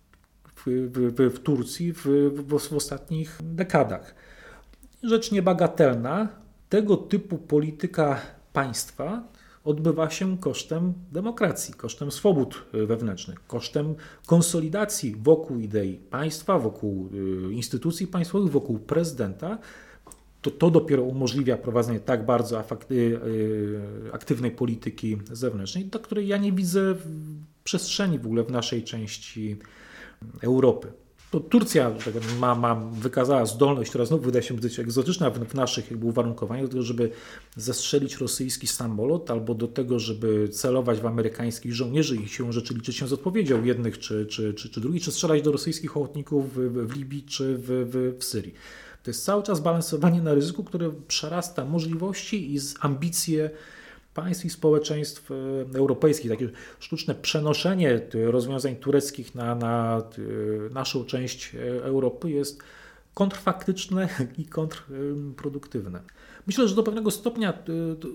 w Turcji w ostatnich dekadach. Rzecz niebagatelna, tego typu polityka państwa odbywa się kosztem demokracji, kosztem swobód wewnętrznych, kosztem konsolidacji wokół idei państwa, wokół instytucji państwowych, wokół prezydenta. To dopiero umożliwia prowadzenie tak bardzo aktywnej polityki zewnętrznej, do której ja nie widzę przestrzeni w ogóle w naszej części Europy. To Turcja wykazała zdolność, która znów wydaje się być egzotyczna w naszych jakby uwarunkowaniach, do tego, żeby zestrzelić rosyjski samolot, albo do tego, żeby celować w amerykańskich żołnierzy i siłą rzeczy liczyć się z odpowiedzią jednych czy drugich, czy strzelać do rosyjskich ochotników w Libii czy w Syrii. To jest cały czas balansowanie na ryzyku, które przerasta możliwości i ambicje państw i społeczeństw europejskich. Takie sztuczne przenoszenie rozwiązań tureckich na naszą część Europy jest kontrfaktyczne i kontrproduktywne. Myślę, że do pewnego stopnia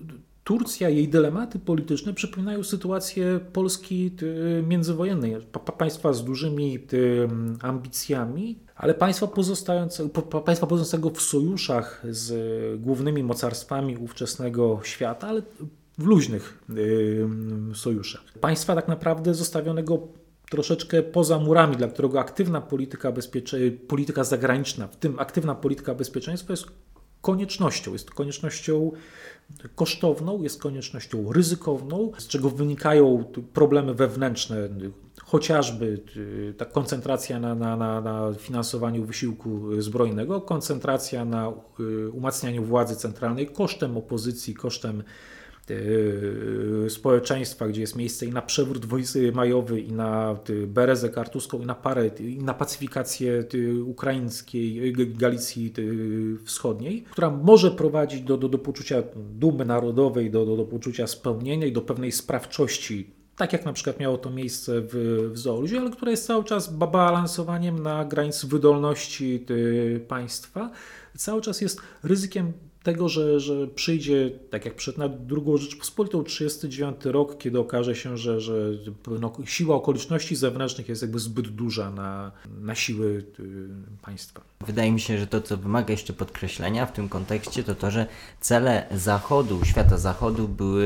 Turcja, jej dylematy polityczne przypominają sytuację Polski międzywojennej. Państwa z dużymi ambicjami, ale państwa pozostającego w sojuszach z głównymi mocarstwami ówczesnego świata, ale w luźnych sojuszach. Państwa tak naprawdę zostawionego troszeczkę poza murami, dla którego aktywna polityka zagraniczna, w tym aktywna polityka bezpieczeństwa jest koniecznością. Jest koniecznością kosztowną, jest koniecznością ryzykowną, z czego wynikają problemy wewnętrzne, chociażby ta koncentracja na finansowaniu wysiłku zbrojnego, koncentracja na umacnianiu władzy centralnej kosztem opozycji, kosztem społeczeństwa, gdzie jest miejsce i na przewrót majowy, i na Berezę kartuską, i na pacyfikację ukraińskiej, Galicji Wschodniej, która może prowadzić do poczucia dumy narodowej, do poczucia spełnienia i do pewnej sprawczości, tak jak na przykład miało to miejsce w Zaolzie, ale która jest cały czas balansowaniem na granicy wydolności państwa. Cały czas jest ryzykiem tego, że przyjdzie, tak jak przed na II Rzeczpospolitą, 1939 rok, kiedy okaże się, że siła okoliczności zewnętrznych jest jakby zbyt duża na siły państwa. Wydaje mi się, że to, co wymaga jeszcze podkreślenia w tym kontekście, to, że cele Zachodu, świata Zachodu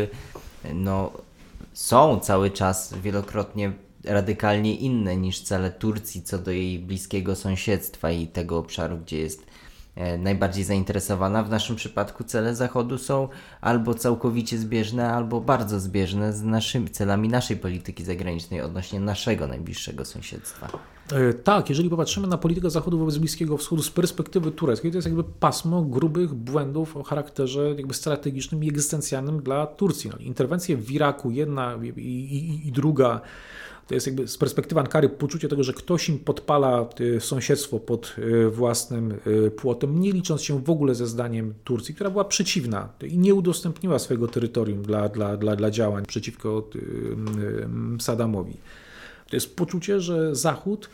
są cały czas wielokrotnie radykalnie inne niż cele Turcji co do jej bliskiego sąsiedztwa i tego obszaru, gdzie jest najbardziej zainteresowana. W naszym przypadku cele Zachodu są albo całkowicie zbieżne, albo bardzo zbieżne z naszymi celami naszej polityki zagranicznej odnośnie naszego najbliższego sąsiedztwa. Tak, jeżeli popatrzymy na politykę Zachodu wobec Bliskiego Wschodu z perspektywy tureckiej, to jest jakby pasmo grubych błędów o charakterze jakby strategicznym i egzystencjalnym dla Turcji. Interwencje w Iraku, jedna i druga, to jest jakby z perspektywy Ankary poczucie tego, że ktoś im podpala sąsiedztwo pod własnym płotem, nie licząc się w ogóle ze zdaniem Turcji, która była przeciwna i nie udostępniła swojego terytorium dla działań przeciwko Saddamowi. To jest poczucie, że Zachód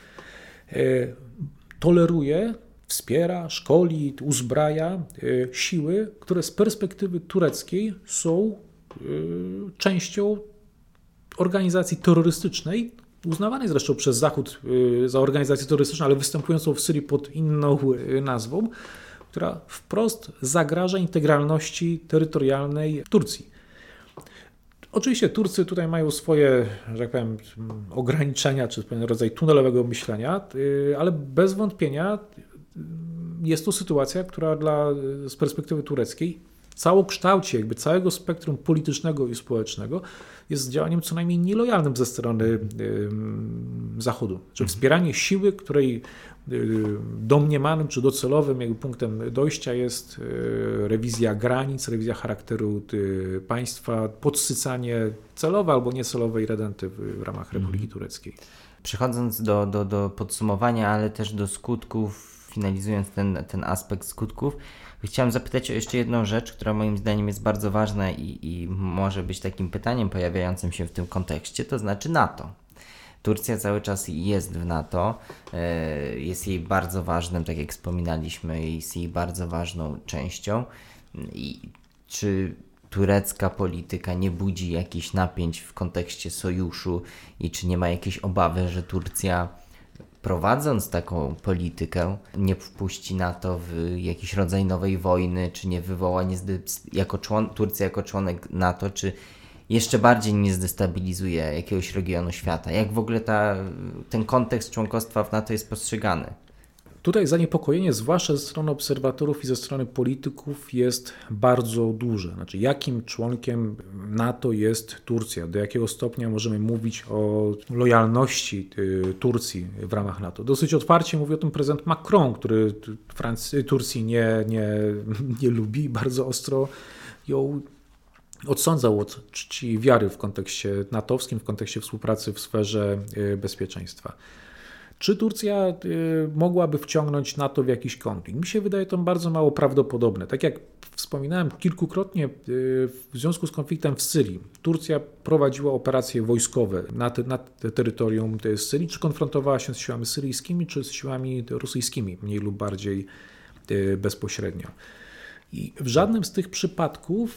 toleruje, wspiera, szkoli, uzbraja siły, które z perspektywy tureckiej są częścią organizacji terrorystycznej, uznawanej zresztą przez Zachód za organizację terrorystyczną, ale występującą w Syrii pod inną nazwą, która wprost zagraża integralności terytorialnej Turcji. Oczywiście Turcy tutaj mają swoje, że tak powiem, ograniczenia, czy pewien rodzaj tunelowego myślenia, ale bez wątpienia jest to sytuacja, która z perspektywy tureckiej w całokształcie jakby całego spektrum politycznego i społecznego jest działaniem co najmniej nielojalnym ze strony Zachodu. Czyli wspieranie siły, której domniemanym czy docelowym jakby punktem dojścia jest rewizja granic, rewizja charakteru państwa, podsycanie celowe albo niecelowej redenty w ramach Republiki Tureckiej. Przechodząc do podsumowania, ale też do skutków, finalizując ten aspekt skutków, chciałem zapytać o jeszcze jedną rzecz, która moim zdaniem jest bardzo ważna i może być takim pytaniem pojawiającym się w tym kontekście, to znaczy NATO. Turcja cały czas jest w NATO, jest jej bardzo ważnym, tak jak wspominaliśmy, jest jej bardzo ważną częścią. I czy turecka polityka nie budzi jakichś napięć w kontekście sojuszu i czy nie ma jakiejś obawy, że Turcja, prowadząc taką politykę, nie wpuści NATO w jakiś rodzaj nowej wojny, czy nie wywoła Turcja jako członek NATO, czy jeszcze bardziej nie zdestabilizuje jakiegoś regionu świata? Jak w ogóle ten kontekst członkostwa w NATO jest postrzegany? Tutaj zaniepokojenie, zwłaszcza ze strony obserwatorów i ze strony polityków, jest bardzo duże. Znaczy, jakim członkiem NATO jest Turcja? Do jakiego stopnia możemy mówić o lojalności Turcji w ramach NATO? Dosyć otwarcie mówi o tym prezydent Macron, który Turcji nie lubi, bardzo ostro ją odsądzał od czci i wiary w kontekście natowskim, w kontekście współpracy w sferze bezpieczeństwa. Czy Turcja mogłaby wciągnąć NATO w jakiś konflikt? Mi się wydaje to bardzo mało prawdopodobne. Tak jak wspominałem kilkukrotnie, w związku z konfliktem w Syrii, Turcja prowadziła operacje wojskowe na terytorium Syrii, czy konfrontowała się z siłami syryjskimi, czy z siłami rosyjskimi, mniej lub bardziej bezpośrednio. I w żadnym z tych przypadków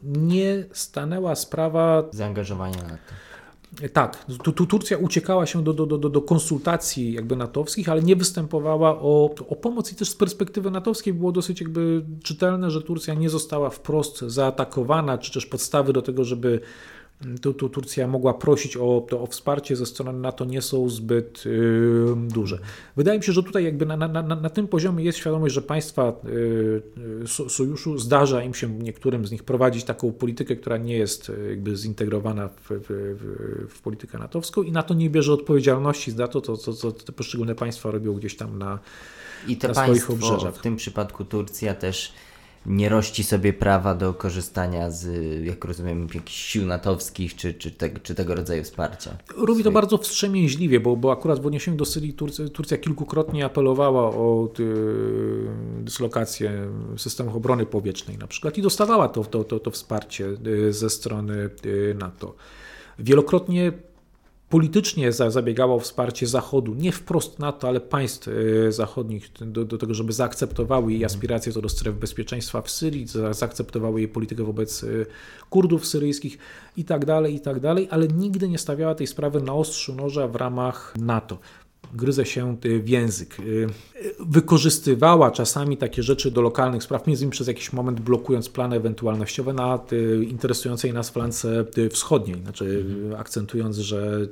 nie stanęła sprawa zaangażowania na to. Tak, Turcja uciekała się do konsultacji jakby natowskich, ale nie występowała o pomoc i też z perspektywy natowskiej było dosyć jakby czytelne, że Turcja nie została wprost zaatakowana, czy też podstawy do tego, żeby Turcja mogła prosić o wsparcie ze strony NATO nie są zbyt duże. Wydaje mi się, że tutaj jakby na tym poziomie jest świadomość, że państwa sojuszu zdarza im się niektórym z nich prowadzić taką politykę, która nie jest jakby zintegrowana w politykę natowską i NATO nie bierze odpowiedzialności za to, co te poszczególne państwa robią gdzieś tam na swoich obrzeżach. W tym przypadku Turcja też nie rości sobie prawa do korzystania z, jak rozumiem, jakichś sił natowskich czy tego rodzaju wsparcia. Robi to bardzo wstrzemięźliwie, bo akurat w odniesieniu do Syrii Turcja kilkukrotnie apelowała o dyslokację systemów obrony powietrznej na przykład i dostawała to wsparcie ze strony NATO. Wielokrotnie politycznie zabiegała o wsparcie Zachodu, nie wprost NATO, ale państw zachodnich do tego, żeby zaakceptowały jej aspiracje co do stref bezpieczeństwa w Syrii, zaakceptowały jej politykę wobec Kurdów syryjskich i tak dalej, ale nigdy nie stawiała tej sprawy na ostrzu noża w ramach NATO. Gryzę się w język. Wykorzystywała czasami takie rzeczy do lokalnych spraw, między innymi przez jakiś moment blokując plany ewentualnościowe na interesującej nas flance wschodniej, znaczy akcentując, że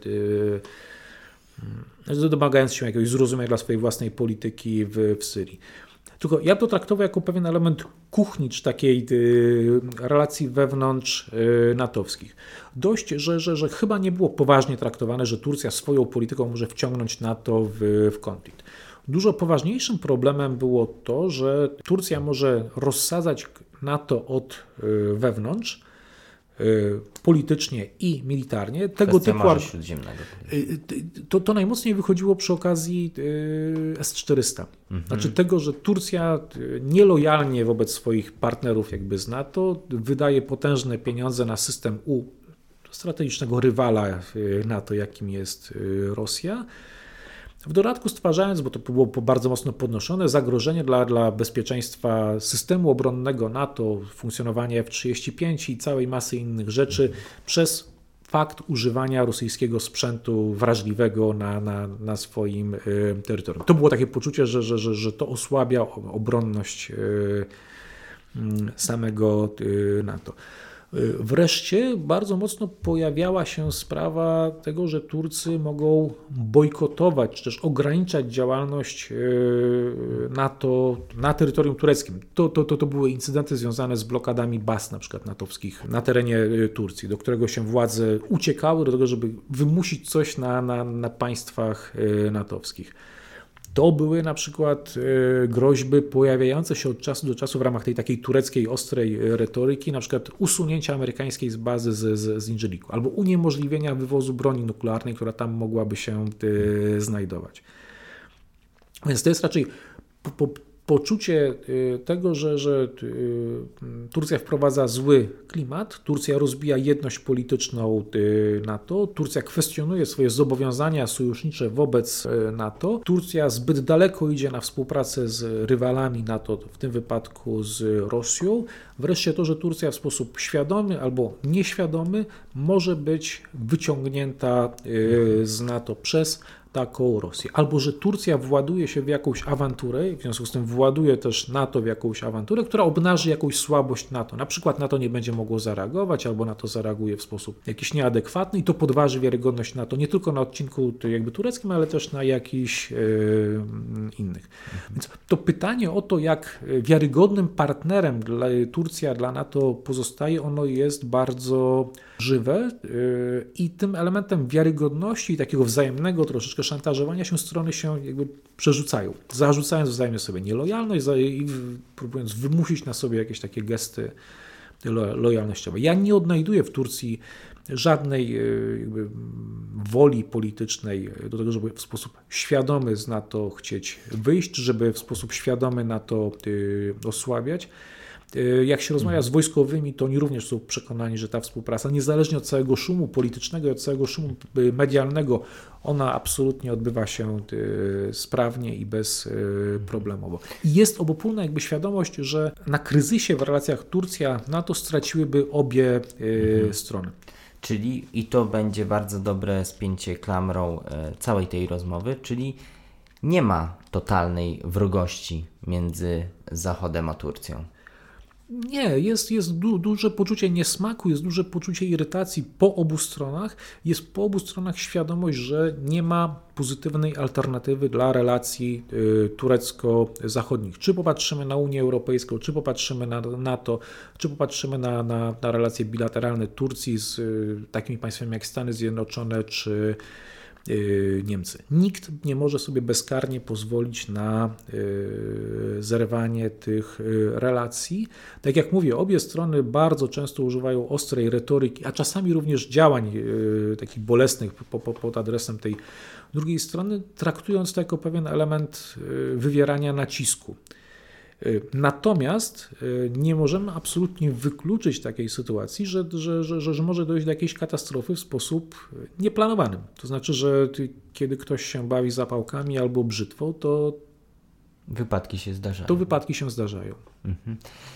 domagając się jakiegoś zrozumienia dla swojej własnej polityki w Syrii. Tylko ja to traktował jako pewien element kuchni, czy takiej relacji wewnątrz natowskich. Dość, że chyba nie było poważnie traktowane, że Turcja swoją polityką może wciągnąć NATO w konflikt. Dużo poważniejszym problemem było to, że Turcja może rozsadzać NATO od wewnątrz, politycznie i militarnie. Tego typu Morza Śródziemnego. To najmocniej wychodziło przy okazji S-400. Znaczy tego, że Turcja nielojalnie wobec swoich partnerów jakby z NATO wydaje potężne pieniądze na system strategicznego rywala NATO, jakim jest Rosja. W dodatku stwarzając, bo to było bardzo mocno podnoszone, zagrożenie dla bezpieczeństwa systemu obronnego NATO, funkcjonowania F-35 i całej masy innych rzeczy przez fakt używania rosyjskiego sprzętu wrażliwego na swoim terytorium. To było takie poczucie, że to osłabia obronność samego NATO. Wreszcie bardzo mocno pojawiała się sprawa tego, że Turcy mogą bojkotować czy też ograniczać działalność NATO na terytorium tureckim. To były incydenty związane z blokadami baz na przykład natowskich na terenie Turcji, do którego się władze uciekały do tego, żeby wymusić coś na państwach natowskich. To były na przykład groźby pojawiające się od czasu do czasu w ramach tej takiej tureckiej ostrej retoryki, na przykład usunięcia amerykańskiej z bazy z Incirliku albo uniemożliwienia wywozu broni nuklearnej, która tam mogłaby się znajdować. Więc to jest raczej poczucie tego, że Turcja wprowadza zły klimat, Turcja rozbija jedność polityczną NATO, Turcja kwestionuje swoje zobowiązania sojusznicze wobec NATO, Turcja zbyt daleko idzie na współpracę z rywalami NATO, w tym wypadku z Rosją, wreszcie to, że Turcja w sposób świadomy albo nieświadomy może być wyciągnięta z NATO przez taką Rosję. Albo że Turcja właduje się w jakąś awanturę, w związku z tym właduje też NATO w jakąś awanturę, która obnaży jakąś słabość NATO. Na przykład NATO nie będzie mogło zareagować, albo NATO zareaguje w sposób jakiś nieadekwatny i to podważy wiarygodność NATO nie tylko na odcinku jakby tureckim, ale też na jakichś innych. Więc to pytanie o to, jak wiarygodnym partnerem Turcja dla NATO pozostaje, ono jest bardzo żywe i tym elementem wiarygodności i takiego wzajemnego troszeczkę szantażowania się strony się jakby przerzucają, zarzucając wzajemnie sobie nielojalność i próbując wymusić na sobie jakieś takie gesty lojalnościowe. Ja nie odnajduję w Turcji żadnej jakby woli politycznej do tego, żeby w sposób świadomy z NATO chcieć wyjść, żeby w sposób świadomy NATO osłabiać. Jak się rozmawia z wojskowymi, to oni również są przekonani, że ta współpraca, niezależnie od całego szumu politycznego i od całego szumu medialnego, ona absolutnie odbywa się sprawnie i bezproblemowo. I jest obopólna jakby świadomość, że na kryzysie w relacjach Turcja-NATO straciłyby obie strony. Czyli, i to będzie bardzo dobre spięcie klamrą całej tej rozmowy, czyli nie ma totalnej wrogości między Zachodem a Turcją. Nie, jest duże poczucie niesmaku, jest duże poczucie irytacji po obu stronach. Jest po obu stronach świadomość, że nie ma pozytywnej alternatywy dla relacji turecko-zachodnich. Czy popatrzymy na Unię Europejską, czy popatrzymy na NATO, czy popatrzymy na relacje bilateralne Turcji z takimi państwami jak Stany Zjednoczone, czy Niemcy. Nikt nie może sobie bezkarnie pozwolić na zerwanie tych relacji. Tak jak mówię, obie strony bardzo często używają ostrej retoryki, a czasami również działań takich bolesnych pod adresem tej drugiej strony, traktując to jako pewien element wywierania nacisku. Natomiast nie możemy absolutnie wykluczyć takiej sytuacji, że może dojść do jakiejś katastrofy w sposób nieplanowanym. To znaczy, że kiedy ktoś się bawi zapałkami albo brzytwą, to wypadki się zdarzają. Mhm.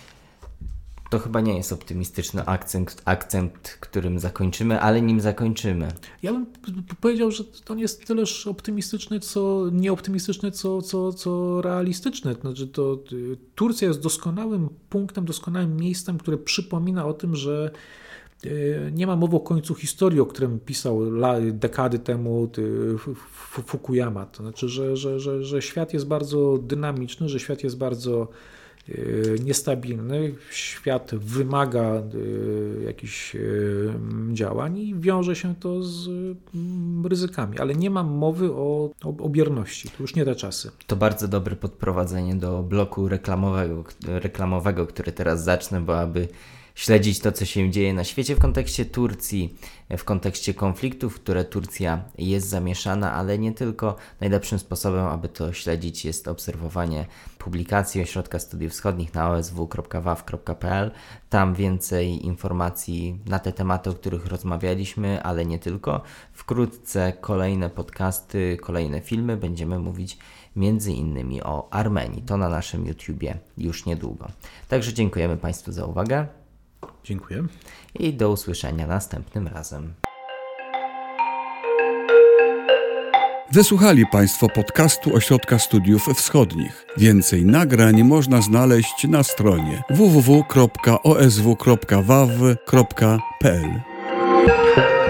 To chyba nie jest optymistyczny akcent, którym zakończymy, ale nim zakończymy. Ja bym powiedział, że to nie jest tyleż optymistyczny, co nieoptymistyczny, co realistyczny. Znaczy to Turcja jest doskonałym punktem, doskonałym miejscem, które przypomina o tym, że nie ma mowy o końcu historii, o którym pisał dekady temu Fukuyama. To znaczy, że świat jest bardzo dynamiczny, że świat jest bardzo niestabilny, świat wymaga jakichś działań i wiąże się to z ryzykami, ale nie ma mowy o bierności, to już nie te czasy. To bardzo dobre podprowadzenie do bloku reklamowego, który teraz zacznę, bo aby śledzić to, co się dzieje na świecie w kontekście Turcji, w kontekście konfliktów, w które Turcja jest zamieszana, ale nie tylko. Najlepszym sposobem, aby to śledzić, jest obserwowanie publikacji Ośrodka Studiów Wschodnich na osw.waw.pl. Tam więcej informacji na te tematy, o których rozmawialiśmy, ale nie tylko. Wkrótce kolejne podcasty, kolejne filmy. Będziemy mówić między innymi o Armenii. To na naszym YouTubie już niedługo. Także dziękujemy Państwu za uwagę. Dziękuję. I do usłyszenia następnym razem. Wysłuchali Państwo podcastu Ośrodka Studiów Wschodnich. Więcej nagrań można znaleźć na stronie www.osw.waw.pl.